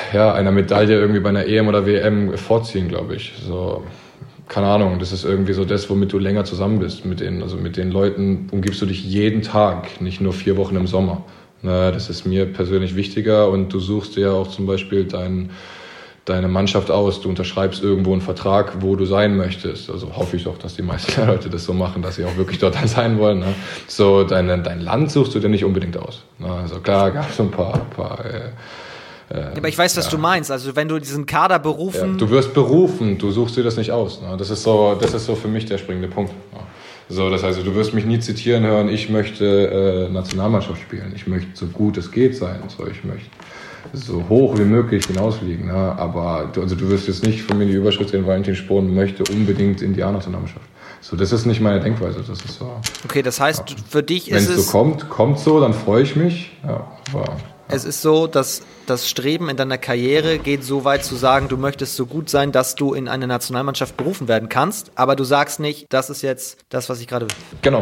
einer Medaille irgendwie bei einer EM oder WM vorziehen, glaube ich. So, keine Ahnung, das ist irgendwie so das, womit du länger zusammen bist. Mit den Leuten umgibst du dich jeden Tag, nicht nur 4 Wochen im Sommer. Das ist mir persönlich wichtiger und du suchst dir ja auch zum Beispiel deine Mannschaft aus. Du unterschreibst irgendwo einen Vertrag, wo du sein möchtest. Also hoffe ich doch, dass die meisten Leute das so machen, dass sie auch wirklich dort dann sein wollen. Ne? So, dein Land suchst du dir nicht unbedingt aus. Also klar, gab es so ein paar aber ich weiß, was du meinst. Also wenn du diesen Kader berufen... Ja, du wirst berufen, du suchst dir das nicht aus. Ne? Das ist so für mich der springende Punkt. Ja. So, das heißt, du wirst mich nie zitieren hören, ich möchte Nationalmannschaft spielen. Ich möchte so gut es geht sein. So, ich möchte so hoch wie möglich hinausfliegen. Ne? Aber du wirst jetzt nicht von mir die Überschrift sehen, Valentin Sporn möchte unbedingt in die A-Nationalmannschaft. So, das ist nicht meine Denkweise. Das ist so. Okay, das heißt, für dich ist es... Wenn es so kommt so, dann freue ich mich. Ja, aber... Es ist so, dass das Streben in deiner Karriere geht so weit zu sagen, du möchtest so gut sein, dass du in eine Nationalmannschaft berufen werden kannst, aber du sagst nicht, das ist jetzt das, was ich gerade will. Genau.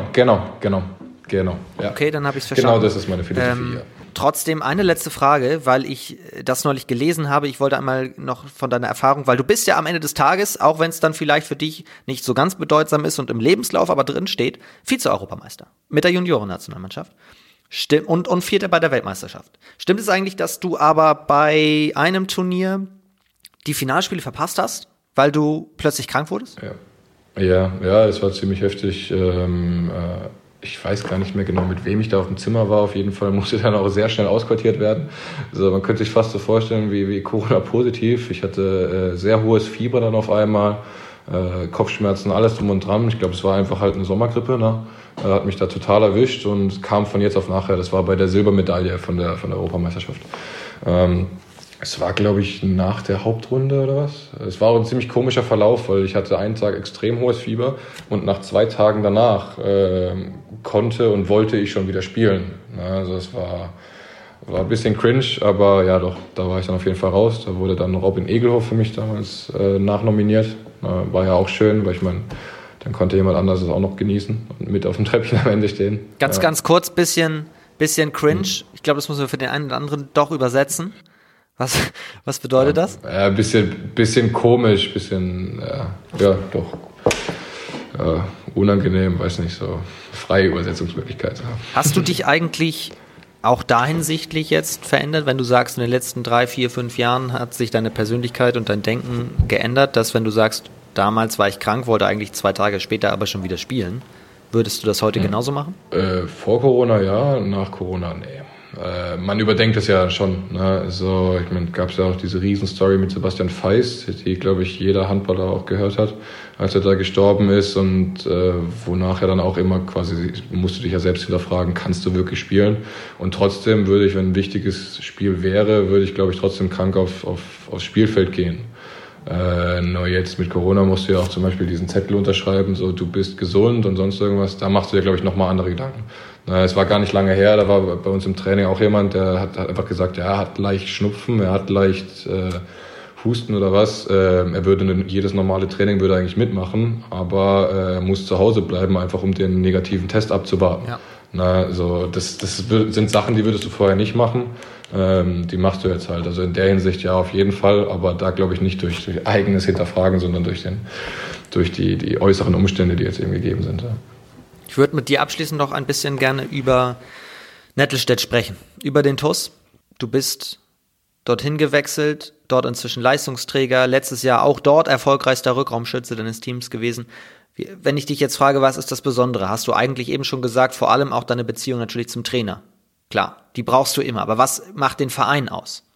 Ja. Okay, dann habe ich es verstanden. Genau, das ist meine Philosophie, ja. Trotzdem eine letzte Frage, weil ich das neulich gelesen habe. Ich wollte einmal noch von deiner Erfahrung, weil du bist ja am Ende des Tages, auch wenn es dann vielleicht für dich nicht so ganz bedeutsam ist und im Lebenslauf aber drin steht, Vize-Europameister mit der Junioren-Nationalmannschaft. Stimmt, und Vierter bei der Weltmeisterschaft. Stimmt es eigentlich, dass du aber bei einem Turnier die Finalspiele verpasst hast, weil du plötzlich krank wurdest? Ja, es war ziemlich heftig. Ich weiß gar nicht mehr genau, mit wem ich da auf dem Zimmer war. Auf jeden Fall musste dann auch sehr schnell ausquartiert werden. Also man könnte sich fast so vorstellen wie Corona-positiv. Ich hatte sehr hohes Fieber dann auf einmal, Kopfschmerzen, alles drum und dran. Ich glaube, es war einfach halt eine Sommergrippe, ne? Hat mich da total erwischt und kam von jetzt auf nachher. Das war bei der Silbermedaille von der Europameisterschaft. Es war, glaube ich, nach der Hauptrunde oder was. Es war auch ein ziemlich komischer Verlauf, weil ich hatte einen Tag extrem hohes Fieber und nach 2 Tagen danach konnte und wollte ich schon wieder spielen. Also es war ein bisschen cringe, aber ja doch, da war ich dann auf jeden Fall raus. Da wurde dann Robin Egelhoff für mich damals nachnominiert. War ja auch schön, weil ich meine, dann konnte jemand anderes es auch noch genießen und mit auf dem Treppchen am Ende stehen. Ganz kurz, bisschen cringe. Ich glaube, das müssen wir für den einen oder anderen doch übersetzen. Was bedeutet das? Ja, bisschen komisch, unangenehm, weiß nicht, so freie Übersetzungsmöglichkeit. Hast du dich eigentlich auch dahinsichtlich jetzt verändert, wenn du sagst, in den letzten 3, 4, 5 Jahren hat sich deine Persönlichkeit und dein Denken geändert, dass wenn du sagst, damals war ich krank, wollte eigentlich 2 Tage später aber schon wieder spielen, würdest du das heute genauso machen? Vor Corona ja, nach Corona nee. Man überdenkt es ja schon. Ne? Also, ich meine, gab es ja auch diese Riesenstory mit Sebastian Feist, die, glaube ich, jeder Handballer auch gehört hat, als er da gestorben ist und wonach er dann auch immer quasi, musst du dich ja selbst hinterfragen, kannst du wirklich spielen? Und trotzdem würde ich, wenn ein wichtiges Spiel wäre, würde ich, glaube ich, trotzdem krank aufs Spielfeld gehen. Nur jetzt mit Corona musst du ja auch zum Beispiel diesen Zettel unterschreiben, so du bist gesund und sonst irgendwas. Da machst du ja, glaube ich, nochmal andere Gedanken. Es war gar nicht lange her, da war bei uns im Training auch jemand, der hat einfach gesagt, ja, er hat leicht Schnupfen, er hat leicht Husten oder was. Er würde jedes normale Training würde eigentlich mitmachen, aber er muss zu Hause bleiben, einfach um den negativen Test abzuwarten. Ja. Das sind Sachen, die würdest du vorher nicht machen. Die machst du jetzt halt. Also in der Hinsicht ja auf jeden Fall, aber da glaube ich nicht durch eigenes Hinterfragen, sondern durch die äußeren Umstände, die jetzt eben gegeben sind. Ja. Ich würde mit dir abschließend noch ein bisschen gerne über Nettelstedt sprechen, über den TuS. Du bist dorthin gewechselt, dort inzwischen Leistungsträger, letztes Jahr auch dort erfolgreichster Rückraumschütze deines Teams gewesen. Wenn ich dich jetzt frage, was ist das Besondere? Hast du eigentlich eben schon gesagt, vor allem auch deine Beziehung natürlich zum Trainer. Klar, die brauchst du immer, aber was macht den Verein aus?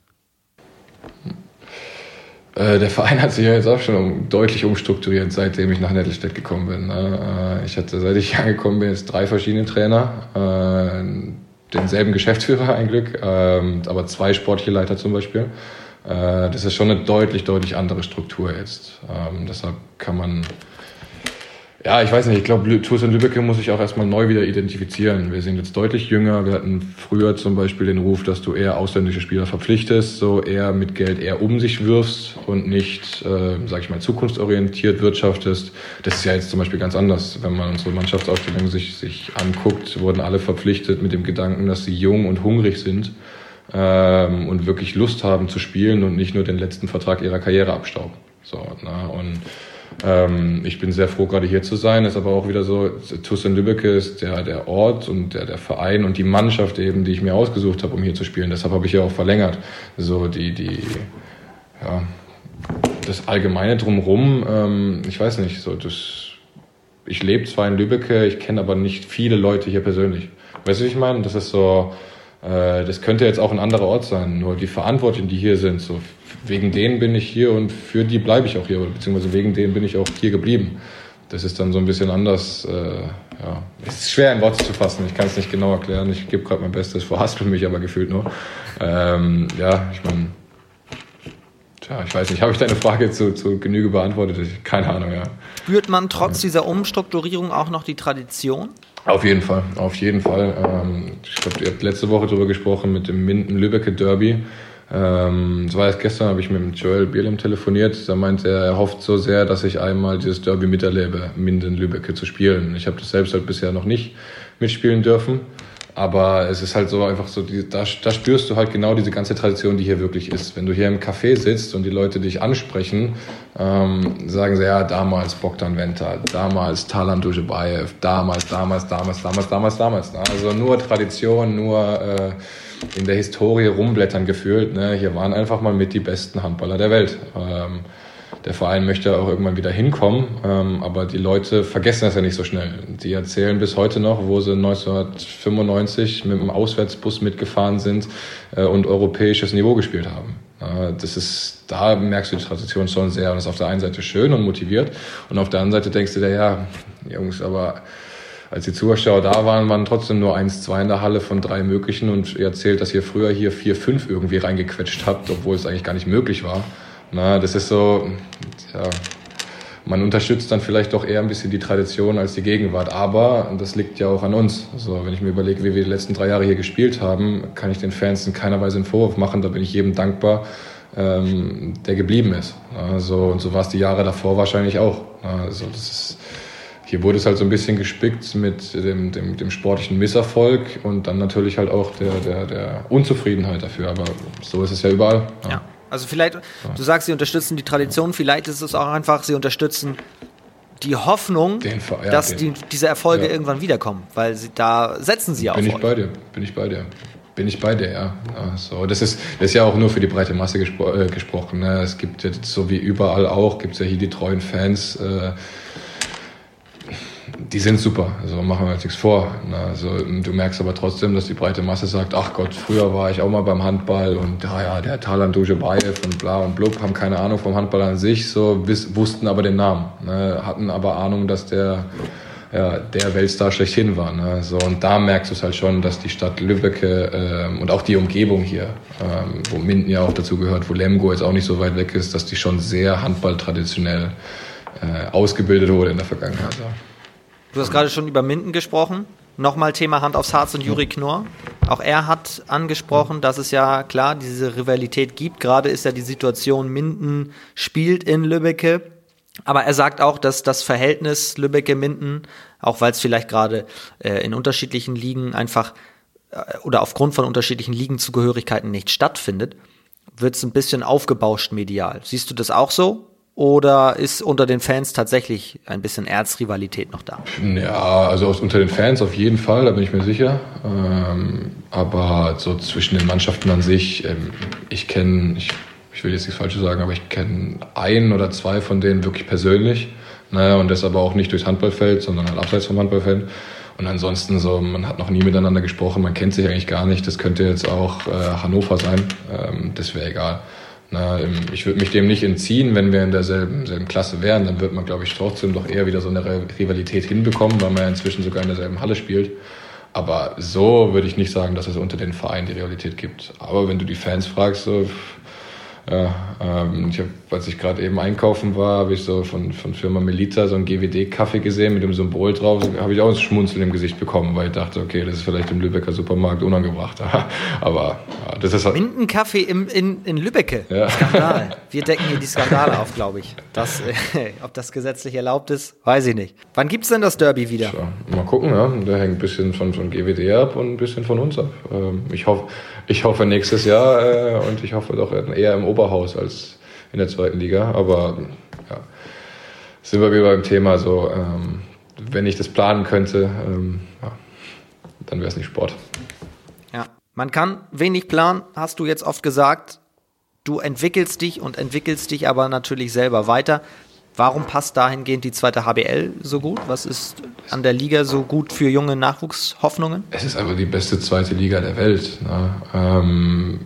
Der Verein hat sich ja jetzt auch schon deutlich umstrukturiert, seitdem ich nach Nettelstedt gekommen bin. Ich hatte, seit ich angekommen bin, jetzt 3 verschiedene Trainer, denselben Geschäftsführer ein Glück, aber 2 sportliche Leiter zum Beispiel. Das ist schon eine deutlich andere Struktur jetzt. Deshalb kann man... Ja, ich weiß nicht, ich glaube, TuS in Lübbecke muss sich auch erstmal neu wieder identifizieren. Wir sind jetzt deutlich jünger. Wir hatten früher zum Beispiel den Ruf, dass du eher ausländische Spieler verpflichtest, so eher mit Geld eher um sich wirfst und nicht, sag ich mal, zukunftsorientiert wirtschaftest. Das ist ja jetzt zum Beispiel ganz anders. Wenn man unsere Mannschaftsaufstellung sich anguckt, wurden alle verpflichtet mit dem Gedanken, dass sie jung und hungrig sind. und wirklich Lust haben zu spielen und nicht nur den letzten Vertrag ihrer Karriere abstauben. So, ne? Und ich bin sehr froh, gerade hier zu sein. Ist aber auch wieder so, TuS Lübbecke ist der Ort und der Verein und die Mannschaft eben, die ich mir ausgesucht habe, um hier zu spielen. Deshalb habe ich ja auch verlängert. So das Allgemeine drumherum, ich weiß nicht, ich lebe zwar in Lübbecke, ich kenne aber nicht viele Leute hier persönlich. Weißt du, wie ich meine? Das ist so, das könnte jetzt auch ein anderer Ort sein. Nur die Verantwortlichen, die hier sind, so wegen denen bin ich hier und für die bleibe ich auch hier, beziehungsweise wegen denen bin ich auch hier geblieben. Das ist dann so ein bisschen anders, es ist schwer in Worte zu fassen, ich kann es nicht genau erklären, ich gebe gerade mein Bestes, verhaspel mich aber gefühlt nur. Ich weiß nicht, habe ich deine Frage zu Genüge beantwortet? Keine Ahnung, ja. Spürt man trotz dieser Umstrukturierung auch noch die Tradition? Auf jeden Fall. Ich glaube, ihr habt letzte Woche darüber gesprochen mit dem Minden-Lübbecke-Derby. Das war erst gestern, habe ich mit Joel Bierlem telefoniert. Da meinte er hofft so sehr, dass ich einmal dieses Derby miterlebe, Minden-Lübbecke zu spielen. Ich habe das selbst halt bisher noch nicht mitspielen dürfen. Aber es ist halt so einfach so, da spürst du halt genau diese ganze Tradition, die hier wirklich ist. Wenn du hier im Café sitzt und die Leute dich ansprechen, sagen sie, ja, damals Bogdan Venta, damals Talan Dujebaev, damals. Also nur Tradition, nur in der Historie rumblättern gefühlt. Ne? Hier waren einfach mal mit die besten Handballer der Welt. Der Verein möchte auch irgendwann wieder hinkommen, aber die Leute vergessen das ja nicht so schnell. Die erzählen bis heute noch, wo sie 1995 mit dem Auswärtsbus mitgefahren sind und europäisches Niveau gespielt haben. Da merkst du die Tradition schon sehr und das ist auf der einen Seite schön und motiviert und auf der anderen Seite denkst du dir, ja, Jungs, aber als die Zuschauer da waren trotzdem nur 1-2 in der Halle von 3 möglichen und ihr erzählt, dass ihr früher hier 4-5 irgendwie reingequetscht habt, obwohl es eigentlich gar nicht möglich war. Das ist so, man unterstützt dann vielleicht doch eher ein bisschen die Tradition als die Gegenwart, aber das liegt ja auch an uns. Also wenn ich mir überlege, wie wir die letzten 3 Jahre hier gespielt haben, kann ich den Fans in keiner Weise einen Vorwurf machen, da bin ich jedem dankbar, der geblieben ist. Und so war es die Jahre davor wahrscheinlich auch. Hier wurde es halt so ein bisschen gespickt mit dem sportlichen Misserfolg und dann natürlich halt auch der Unzufriedenheit dafür, aber so ist es ja überall. Ja. Also vielleicht, du sagst, sie unterstützen die Tradition, vielleicht ist es auch einfach, sie unterstützen die Hoffnung, dass diese Erfolge irgendwann wiederkommen, weil da setzen sie ja auf euch. Bin ich bei dir, ja. So, das ist ja auch nur für die breite Masse gesprochen. Ne? Es gibt ja, so wie überall auch, gibt es ja hier die treuen Fans, die sind super, also machen wir uns nichts vor. Also, du merkst aber trotzdem, dass die breite Masse sagt, ach Gott, früher war ich auch mal beim Handball und der Talan Dujebaev und bla und blub, haben keine Ahnung vom Handball an sich, so wussten aber den Namen, ne, hatten aber Ahnung, dass der Weltstar schlechthin war. Ne, so, und da merkst du es halt schon, dass die Stadt Lübbecke und auch die Umgebung hier, wo Minden ja auch dazu gehört, wo Lemgo jetzt auch nicht so weit weg ist, dass die schon sehr handballtraditionell ausgebildet wurde in der Vergangenheit. Ja. Du hast gerade schon über Minden gesprochen. Nochmal Thema Hand aufs Harz und Juri Knorr. Auch er hat angesprochen, dass es ja klar diese Rivalität gibt. Gerade ist ja die Situation, Minden spielt in Lübbecke. Aber er sagt auch, dass das Verhältnis Lübbecke-Minden, auch weil es vielleicht gerade in unterschiedlichen Ligen einfach oder aufgrund von unterschiedlichen Ligenzugehörigkeiten nicht stattfindet, wird es ein bisschen aufgebauscht medial. Siehst du das auch so? Oder ist unter den Fans tatsächlich ein bisschen Erzrivalität noch da? Ja, also unter den Fans auf jeden Fall, da bin ich mir sicher. Aber so zwischen den Mannschaften an sich, ich will jetzt nichts Falsches sagen, aber ich kenne 1 oder 2 von denen wirklich persönlich. Und das aber auch nicht durchs Handballfeld, sondern halt abseits vom Handballfeld. Und ansonsten so, man hat noch nie miteinander gesprochen, man kennt sich eigentlich gar nicht. Das könnte jetzt auch Hannover sein, das wäre egal. Ich würde mich dem nicht entziehen, wenn wir in derselben Klasse wären, dann wird man, glaube ich, trotzdem doch eher wieder so eine Rivalität hinbekommen, weil man ja inzwischen sogar in derselben Halle spielt. Aber so würde ich nicht sagen, dass es unter den Vereinen die Rivalität gibt. Aber wenn du die Fans fragst, so, Ja, als ich gerade eben einkaufen war, habe ich so von Firma Melita so einen GWD-Kaffee gesehen mit dem Symbol drauf. Habe ich auch ein Schmunzeln im Gesicht bekommen, weil ich dachte, okay, das ist vielleicht im Lübecker Supermarkt unangebracht. Aber ja, das ist halt... Mindenkaffee in Lübbecke. Ja. Skandal. Wir decken hier die Skandale auf, glaube ich. Ob das gesetzlich erlaubt ist, weiß ich nicht. Wann gibt's denn das Derby wieder? Ja, mal gucken, ja. Da hängt ein bisschen von GWD ab und ein bisschen von uns ab. Ich hoffe nächstes Jahr und ich hoffe doch eher im Oberhaus als in der zweiten Liga. Aber ja, sind wir wieder beim Thema so, wenn ich das planen könnte, dann wäre es nicht Sport. Ja, man kann wenig planen, hast du jetzt oft gesagt. Du entwickelst dich aber natürlich selber weiter. Warum passt dahingehend die zweite HBL so gut? Was ist an der Liga so gut für junge Nachwuchshoffnungen? Es ist einfach die beste zweite Liga der Welt. Ne?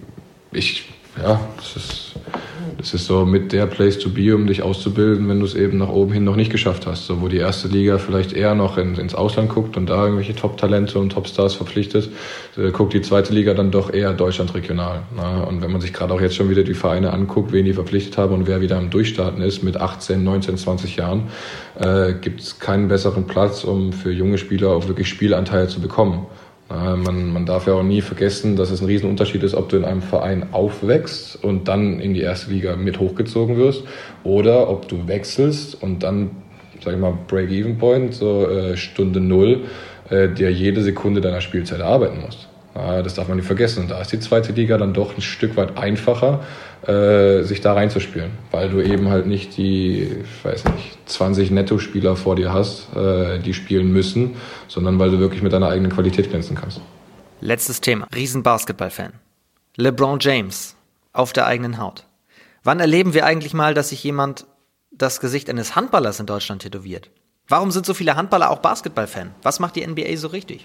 Das ist so mit der Place to be, um dich auszubilden, wenn du es eben nach oben hin noch nicht geschafft hast. So, wo die erste Liga vielleicht eher noch ins Ausland guckt und da irgendwelche Top-Talente und Top-Stars verpflichtet, guckt die zweite Liga dann doch eher Deutschland regional. Ne? Und wenn man sich gerade auch jetzt schon wieder die Vereine anguckt, wen die verpflichtet haben und wer wieder am Durchstarten ist mit 18, 19, 20 Jahren, gibt es keinen besseren Platz, um für junge Spieler auch wirklich Spielanteile zu bekommen. Man darf ja auch nie vergessen, dass es ein Riesenunterschied ist, ob du in einem Verein aufwächst und dann in die erste Liga mit hochgezogen wirst oder ob du wechselst und dann, sag ich mal, Break-Even-Point, so Stunde Null, dir jede Sekunde deiner Spielzeit erarbeiten musst. Das darf man nicht vergessen. Und da ist die zweite Liga dann doch ein Stück weit einfacher, sich da reinzuspielen, weil du eben halt nicht die, 20 Netto-Spieler vor dir hast, die spielen müssen, sondern weil du wirklich mit deiner eigenen Qualität glänzen kannst. Letztes Thema. Riesen-Basketball-Fan. LeBron James auf der eigenen Haut. Wann erleben wir eigentlich mal, dass sich jemand das Gesicht eines Handballers in Deutschland tätowiert? Warum sind so viele Handballer auch Basketball-Fan? Was macht die NBA so richtig?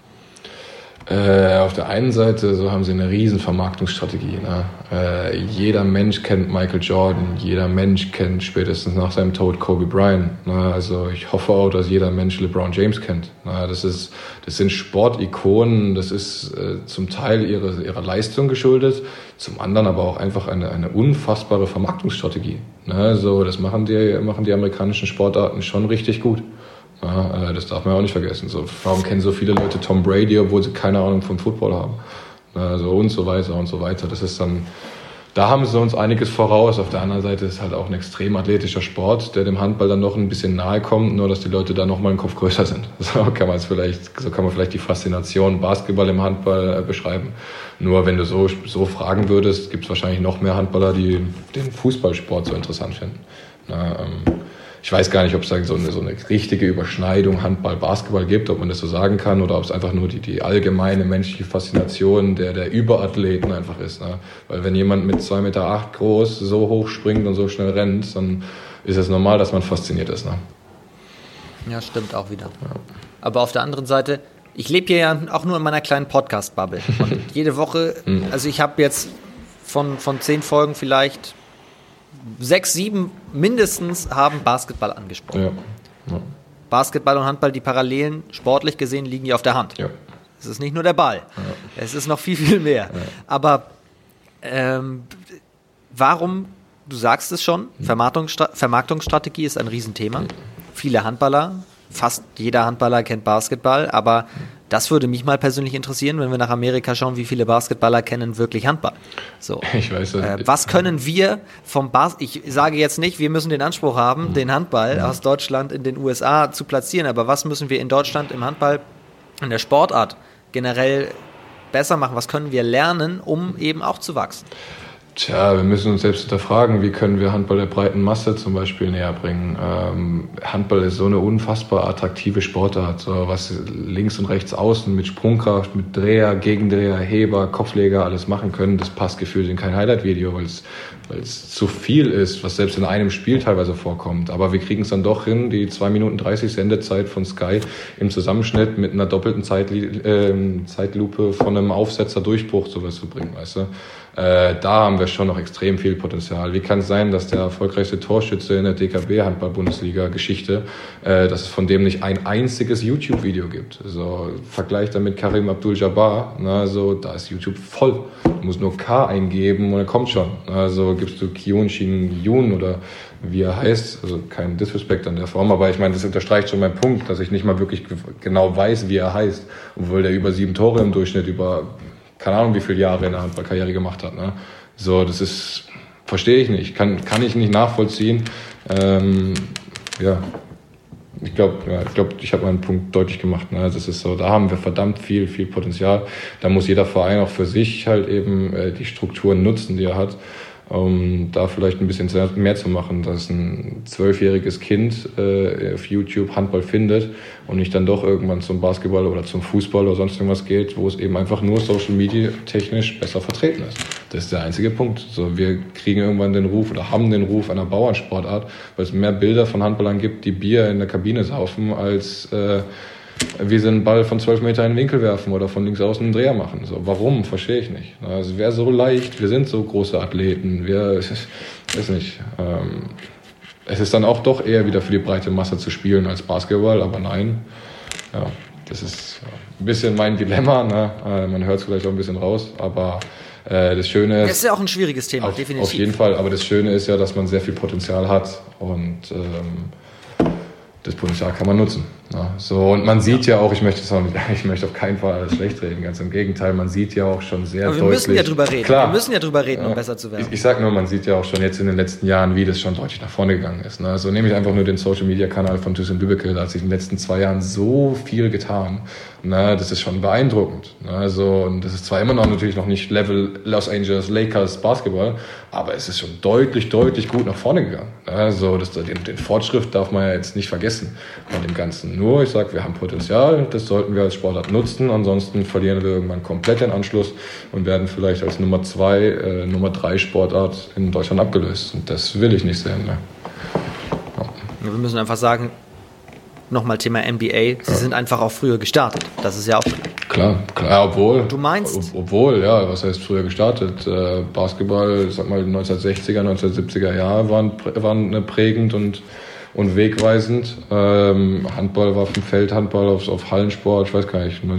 Auf der einen Seite so haben sie eine riesen Vermarktungsstrategie. Ne? Jeder Mensch kennt Michael Jordan, jeder Mensch kennt spätestens nach seinem Tod Kobe Bryant. Ne? Also ich hoffe auch, dass jeder Mensch LeBron James kennt. Ne? Das sind Sportikonen, das ist zum Teil ihrer Leistung geschuldet, zum anderen aber auch einfach eine unfassbare Vermarktungsstrategie. Ne? So, das machen die amerikanischen Sportarten schon richtig gut. Ja, das darf man auch nicht vergessen. So, warum kennen so viele Leute Tom Brady, obwohl sie keine Ahnung vom Football haben? Also und so weiter und so weiter. Das ist dann, da haben sie uns einiges voraus. Auf der anderen Seite ist es halt auch ein extrem athletischer Sport, der dem Handball dann noch ein bisschen nahe kommt, nur dass die Leute da noch mal einen Kopf größer sind. So kann man vielleicht die Faszination Basketball im Handball beschreiben. Nur wenn du so fragen würdest, gibt es wahrscheinlich noch mehr Handballer, die den Fußballsport so interessant finden. Ich weiß gar nicht, ob es da so eine richtige Überschneidung Handball-Basketball gibt, ob man das so sagen kann, oder ob es einfach nur die allgemeine menschliche Faszination der Überathleten einfach ist. Ne? Weil wenn jemand mit 2,8 Meter groß so hoch springt und so schnell rennt, dann ist es normal, dass man fasziniert ist. Ne? Ja, stimmt auch wieder. Ja. Aber auf der anderen Seite, ich lebe hier ja auch nur in meiner kleinen Podcast-Bubble. Und jede Woche, also ich habe jetzt von 10 Folgen vielleicht 6, 7 mindestens haben Basketball angesprochen. Ja. Basketball und Handball, die Parallelen sportlich gesehen liegen ja auf der Hand. Ja. Es ist nicht nur der Ball, es ist noch viel, viel mehr. Ja. Aber warum, du sagst es schon, Vermarktungsstrategie ist ein Riesenthema. Viele Handballer, fast jeder Handballer kennt Basketball, aber das würde mich mal persönlich interessieren, wenn wir nach Amerika schauen, wie viele Basketballer kennen wirklich Handball. So. Ich weiß das. Was können wir vom ich sage jetzt nicht, wir müssen den Anspruch haben, den Handball aus Deutschland in den USA zu platzieren, aber was müssen wir in Deutschland im Handball, in der Sportart generell besser machen? Was können wir lernen, um eben auch zu wachsen? Tja, wir müssen uns selbst hinterfragen, wie können wir Handball der breiten Masse zum Beispiel näher bringen. Handball ist so eine unfassbar attraktive Sportart, so was links und rechts außen mit Sprungkraft, mit Dreher, Gegendreher, Heber, Kopfleger alles machen können. Das passt gefühlt in kein Highlight-Video, weil es zu viel ist, was selbst in einem Spiel teilweise vorkommt. Aber wir kriegen es dann doch hin, die 2 Minuten 30 Sendezeit von Sky im Zusammenschnitt mit einer doppelten Zeitlupe von einem Aufsetzer-Durchbruch sowas zu bringen, weißt du? Da haben wir schon noch extrem viel Potenzial. Wie kann es sein, dass der erfolgreichste Torschütze in der DKB-Handball-Bundesliga-Geschichte, dass es von dem nicht ein einziges YouTube-Video gibt? So, Vergleich damit Karim Abdul-Jabbar, so, da ist YouTube voll. Du musst nur K eingeben und er kommt schon. Also gibst du Kyung-Shin Yoon oder wie er heißt, also kein Disrespect an der Form, aber ich meine, das unterstreicht schon meinen Punkt, dass ich nicht mal wirklich genau weiß, wie er heißt, obwohl der über 7 Tore im Durchschnitt über, keine Ahnung, wie viele Jahre in der Handballkarriere gemacht hat. Ne? So, das ist, verstehe ich nicht, kann ich nicht nachvollziehen. Ich glaube, ich habe meinen Punkt deutlich gemacht. Ne? Das ist so, da haben wir verdammt viel Potenzial. Da muss jeder Verein auch für sich halt eben die Strukturen nutzen, die er hat, um da vielleicht ein bisschen mehr zu machen, dass ein 12-jähriges Kind auf YouTube Handball findet und nicht dann doch irgendwann zum Basketball oder zum Fußball oder sonst irgendwas geht, wo es eben einfach nur Social Media technisch besser vertreten ist. Das ist der einzige Punkt. So, wir kriegen irgendwann den Ruf oder haben den Ruf einer Bauernsportart, weil es mehr Bilder von Handballern gibt, die Bier in der Kabine saufen, als wie sie einen Ball von 12 Meter in den Winkel werfen oder von links außen einen Dreher machen. So, warum? Verstehe ich nicht. Also, es wäre so leicht, wir sind so große Athleten, weiß nicht. Es ist dann auch doch eher wieder für die breite Masse zu spielen als Basketball, aber nein. Ja, das ist ein bisschen mein Dilemma. Ne? Man hört es vielleicht auch ein bisschen raus, aber das Schöne ist... Das ist ja auch ein schwieriges Thema, definitiv. Auf jeden Fall, aber das Schöne ist ja, dass man sehr viel Potenzial hat und das Potenzial kann man nutzen. Ja, so, und man sieht ja auch, ich möchte auf keinen Fall alles schlecht reden, ganz im Gegenteil, man sieht ja auch schon sehr deutlich... Aber wir müssen ja drüber reden, klar, wir müssen ja drüber reden, um besser zu werden. Ich sag nur, man sieht ja auch schon jetzt in den letzten Jahren, wie das schon deutlich nach vorne gegangen ist. Ne? So nehme ich einfach nur den Social-Media-Kanal von Thyssen Lübbecke, da hat sich in den letzten 2 Jahren so viel getan. Ne? Das ist schon beeindruckend. Ne? So, und das ist zwar immer noch natürlich noch nicht Level Los Angeles Lakers Basketball, aber es ist schon deutlich gut nach vorne gegangen. Ne? So, den Fortschritt darf man ja jetzt nicht vergessen von dem Ganzen. Nur, ich sag, wir haben Potenzial, das sollten wir als Sportart nutzen, ansonsten verlieren wir irgendwann komplett den Anschluss und werden vielleicht als Nummer 2, Nummer 3 Sportart in Deutschland abgelöst. Und das will ich nicht sehen. Ne? Ja. Wir müssen einfach sagen, nochmal Thema NBA, sie sind einfach auch früher gestartet. Das ist ja auch klar, obwohl. Du meinst? Obwohl, ja, was heißt früher gestartet? Basketball, sag mal 1960er, 1970er Jahre waren prägend und wegweisend. Handball war vom Feldhandball auf Hallensport, ich weiß gar nicht,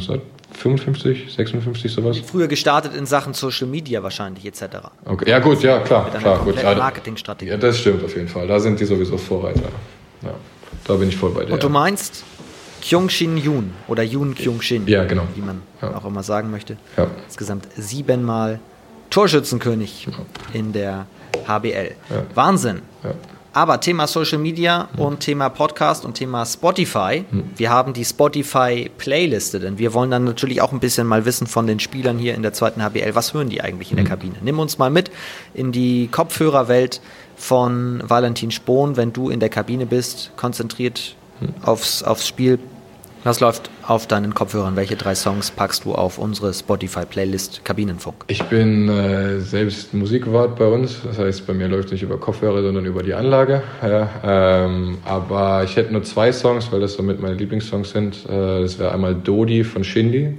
1955, 56, sowas. Früher gestartet in Sachen Social Media wahrscheinlich etc. Okay. Ja gut, ja klar. Gut. Marketingstrategie. Ja, das stimmt auf jeden Fall. Da sind die sowieso Vorreiter. Ja, da bin ich voll bei dir. Und du meinst Kyung-Shin Yoon oder Yoon Kyung-Shin, ja, genau. wie man auch immer sagen möchte. Ja. Insgesamt 7-mal Torschützenkönig in der HBL. Ja. Wahnsinn. Ja. Aber Thema Social Media und Thema Podcast und Thema Spotify. Wir haben die Spotify-Playliste, denn wir wollen dann natürlich auch ein bisschen mal wissen von den Spielern hier in der 2. HBL, was hören die eigentlich in der Kabine? Nimm uns mal mit in die Kopfhörerwelt von Valentin Spohn, wenn du in der Kabine bist, konzentriert aufs Spiel. Was läuft auf deinen Kopfhörern? Welche 3 Songs packst du auf unsere Spotify-Playlist Kabinenfunk? Ich bin selbst Musikwart bei uns. Das heißt, bei mir läuft es nicht über Kopfhörer, sondern über die Anlage. Ja, aber ich hätte nur 2 Songs, weil das somit meine Lieblingssongs sind. Das wäre einmal Dodi von Shindy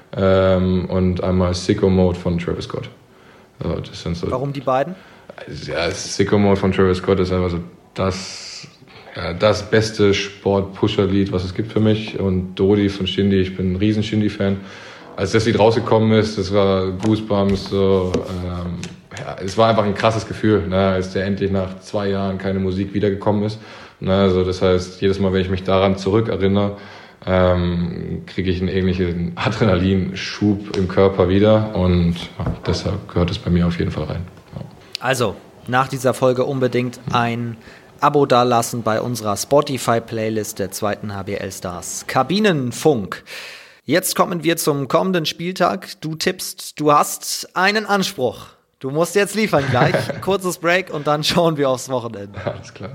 und einmal Sicko Mode von Travis Scott. Also, das sind so. Warum die beiden? Ja, Sicko Mode von Travis Scott ist einfach so das beste Sport-Pusher-Lied, was es gibt für mich. Und Dodi von Shindy, ich bin ein riesen Shindy-Fan. Als das Lied rausgekommen ist, das war Goosebumps, so, es war einfach ein krasses Gefühl, ne, als der endlich nach 2 Jahren keine Musik wiedergekommen ist. Ne, also das heißt, jedes Mal, wenn ich mich daran zurückerinnere, kriege ich einen ähnlichen Adrenalinschub im Körper wieder und deshalb gehört es bei mir auf jeden Fall rein. Ja. Also, nach dieser Folge unbedingt ein Abo dalassen bei unserer Spotify-Playlist der 2. HBL Stars. Kabinenfunk. Jetzt kommen wir zum kommenden Spieltag. Du tippst, du hast einen Anspruch. Du musst jetzt liefern gleich. Kurzes Break und dann schauen wir aufs Wochenende. Alles klar.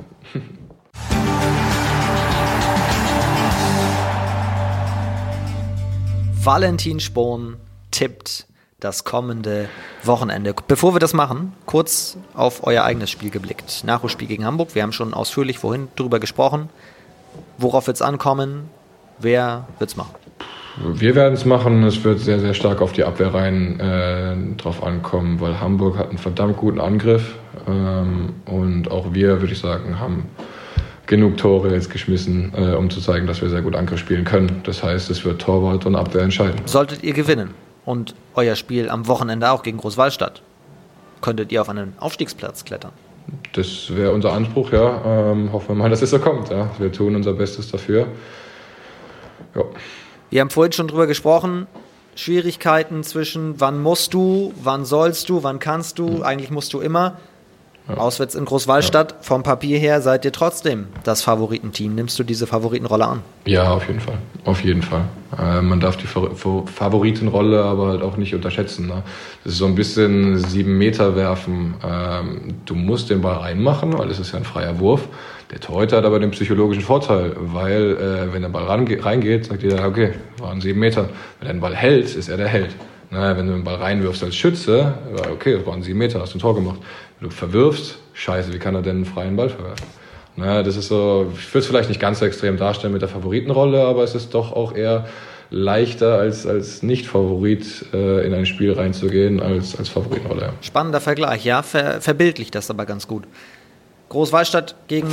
Valentin Spohn tippt das kommende Wochenende. Bevor wir das machen, kurz auf euer eigenes Spiel geblickt. Nachholspiel gegen Hamburg. Wir haben schon ausführlich vorhin drüber gesprochen. Worauf wird es ankommen? Wer wird es machen? Wir werden es machen. Es wird sehr, sehr stark auf die Abwehrreihen drauf ankommen, weil Hamburg hat einen verdammt guten Angriff. Und auch wir, würde ich sagen, haben genug Tore jetzt geschmissen, um zu zeigen, dass wir sehr gut Angriff spielen können. Das heißt, es wird Torwart und Abwehr entscheiden. Solltet ihr gewinnen und euer Spiel am Wochenende auch gegen Großwallstadt, könntet ihr auf einen Aufstiegsplatz klettern. Das wäre unser Anspruch, ja. Hoffen wir mal, dass es so kommt. Ja. Wir tun unser Bestes dafür. Ja. Wir haben vorhin schon drüber gesprochen, Schwierigkeiten zwischen wann musst du, wann sollst du, wann kannst du, eigentlich musst du immer. Ja. Auswärts in Großwallstadt, vom Papier her seid ihr trotzdem das Favoritenteam. Nimmst du diese Favoritenrolle an? Ja, auf jeden Fall. Auf jeden Fall. Man darf die Favoritenrolle aber halt auch nicht unterschätzen. Ne? Das ist so ein bisschen 7 Meter werfen. Du musst den Ball reinmachen, weil es ist ja ein freier Wurf. Der Torhüter hat aber den psychologischen Vorteil, weil wenn der Ball reingeht, sagt jeder, okay, waren 7 Meter. Wenn er den Ball hält, ist er der Held. Na, wenn du den Ball reinwirfst als Schütze, okay, das waren 7 Meter, hast du ein Tor gemacht. Wenn du verwirfst, scheiße, wie kann er denn einen freien Ball verwerfen? Na, das ist so, ich würde es vielleicht nicht ganz so extrem darstellen mit der Favoritenrolle, aber es ist doch auch eher leichter als Nicht-Favorit in ein Spiel reinzugehen als Favoritenrolle. Ja. Spannender Vergleich, ja, verbildlicht das aber ganz gut. Großwallstadt gegen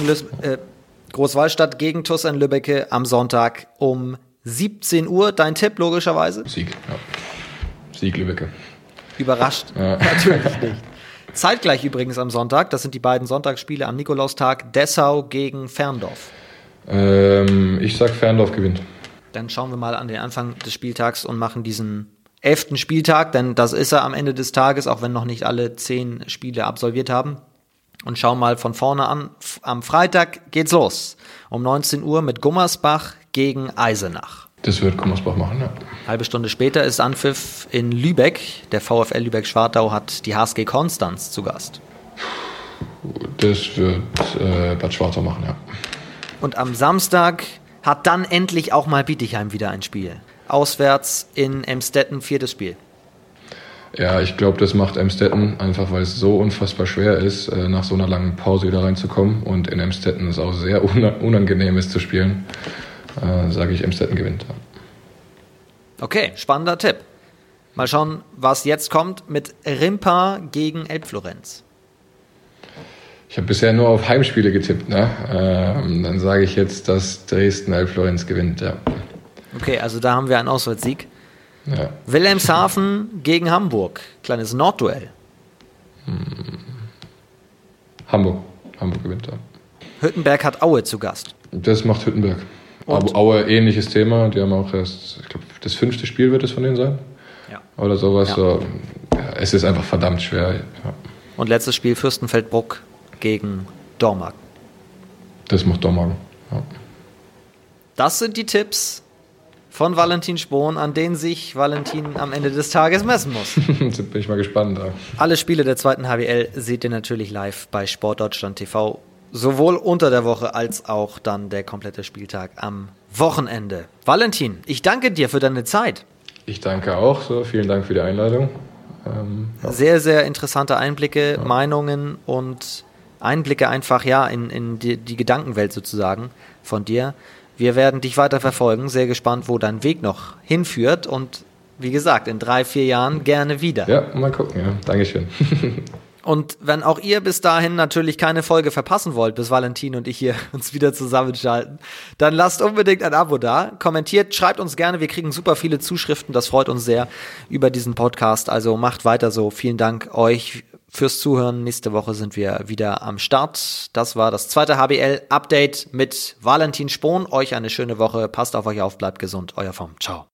TuS Lübbecke am Sonntag um 17 Uhr. Dein Tipp logischerweise? Sieg, ja. Sieg Lübbecke. Überrascht? Ja. Natürlich nicht. Zeitgleich übrigens am Sonntag, das sind die beiden Sonntagsspiele am Nikolaustag, Dessau gegen Ferndorf. Ich sag, Ferndorf gewinnt. Dann schauen wir mal an den Anfang des Spieltags und machen diesen 11. Spieltag, denn das ist er am Ende des Tages, auch wenn noch nicht alle 10 Spiele absolviert haben. Und schauen mal von vorne an. Am Freitag geht's los. Um 19 Uhr mit Gummersbach gegen Eisenach. Das wird Gummersbach machen, ja. Halbe Stunde später ist Anpfiff in Lübeck. Der VfL Lübeck-Schwartau hat die HSG Konstanz zu Gast. Das wird Bad Schwartau machen, ja. Und am Samstag hat dann endlich auch mal Bietigheim wieder ein Spiel. Auswärts in Emstetten, 4. Spiel. Ja, ich glaube, das macht Emstetten einfach, weil es so unfassbar schwer ist, nach so einer langen Pause wieder reinzukommen. Und in Emstetten es auch sehr unangenehm ist zu spielen. Sage ich, Emstetten gewinnt. Okay, spannender Tipp. Mal schauen, was jetzt kommt mit Rimpa gegen Elbflorenz. Ich habe bisher nur auf Heimspiele getippt. Ne? Dann sage ich jetzt, dass Dresden Elbflorenz gewinnt. Ja. Okay, also da haben wir einen Auswärtssieg. Ja. Wilhelmshaven gegen Hamburg. Kleines Nordduell. Hamburg gewinnt. Ja. Hüttenberg hat Aue zu Gast. Das macht Hüttenberg. Und? Aue, ähnliches Thema. Die haben auch erst, ich glaube, das 5. Spiel wird es von denen sein. Ja. Oder sowas. Ja. So. Ja, es ist einfach verdammt schwer. Ja. Und letztes Spiel Fürstenfeldbruck gegen Dormagen. Das macht Dormagen. Ja. Das sind die Tipps von Valentin Spohn, an denen sich Valentin am Ende des Tages messen muss. Jetzt bin ich mal gespannt. Ja. Alle Spiele der 2. HBL seht ihr natürlich live bei Sportdeutschland TV. Sowohl unter der Woche als auch dann der komplette Spieltag am Wochenende. Valentin, ich danke dir für deine Zeit. Ich danke auch. So, vielen Dank für die Einladung. Ja. Sehr, sehr interessante Einblicke, ja. Meinungen und Einblicke einfach in die Gedankenwelt sozusagen von dir. Wir werden dich weiter verfolgen. Sehr gespannt, wo dein Weg noch hinführt. Und wie gesagt, in 3-4 Jahren gerne wieder. Ja, mal gucken. Ja. Dankeschön. Und wenn auch ihr bis dahin natürlich keine Folge verpassen wollt, bis Valentin und ich hier uns wieder zusammenschalten, dann lasst unbedingt ein Abo da, kommentiert, schreibt uns gerne, wir kriegen super viele Zuschriften, das freut uns sehr über diesen Podcast, also macht weiter so. Vielen Dank euch fürs Zuhören. Nächste Woche sind wir wieder am Start. Das war das 2. HBL-Update mit Valentin Spohn. Euch eine schöne Woche, passt auf euch auf, bleibt gesund, euer Vom. Ciao.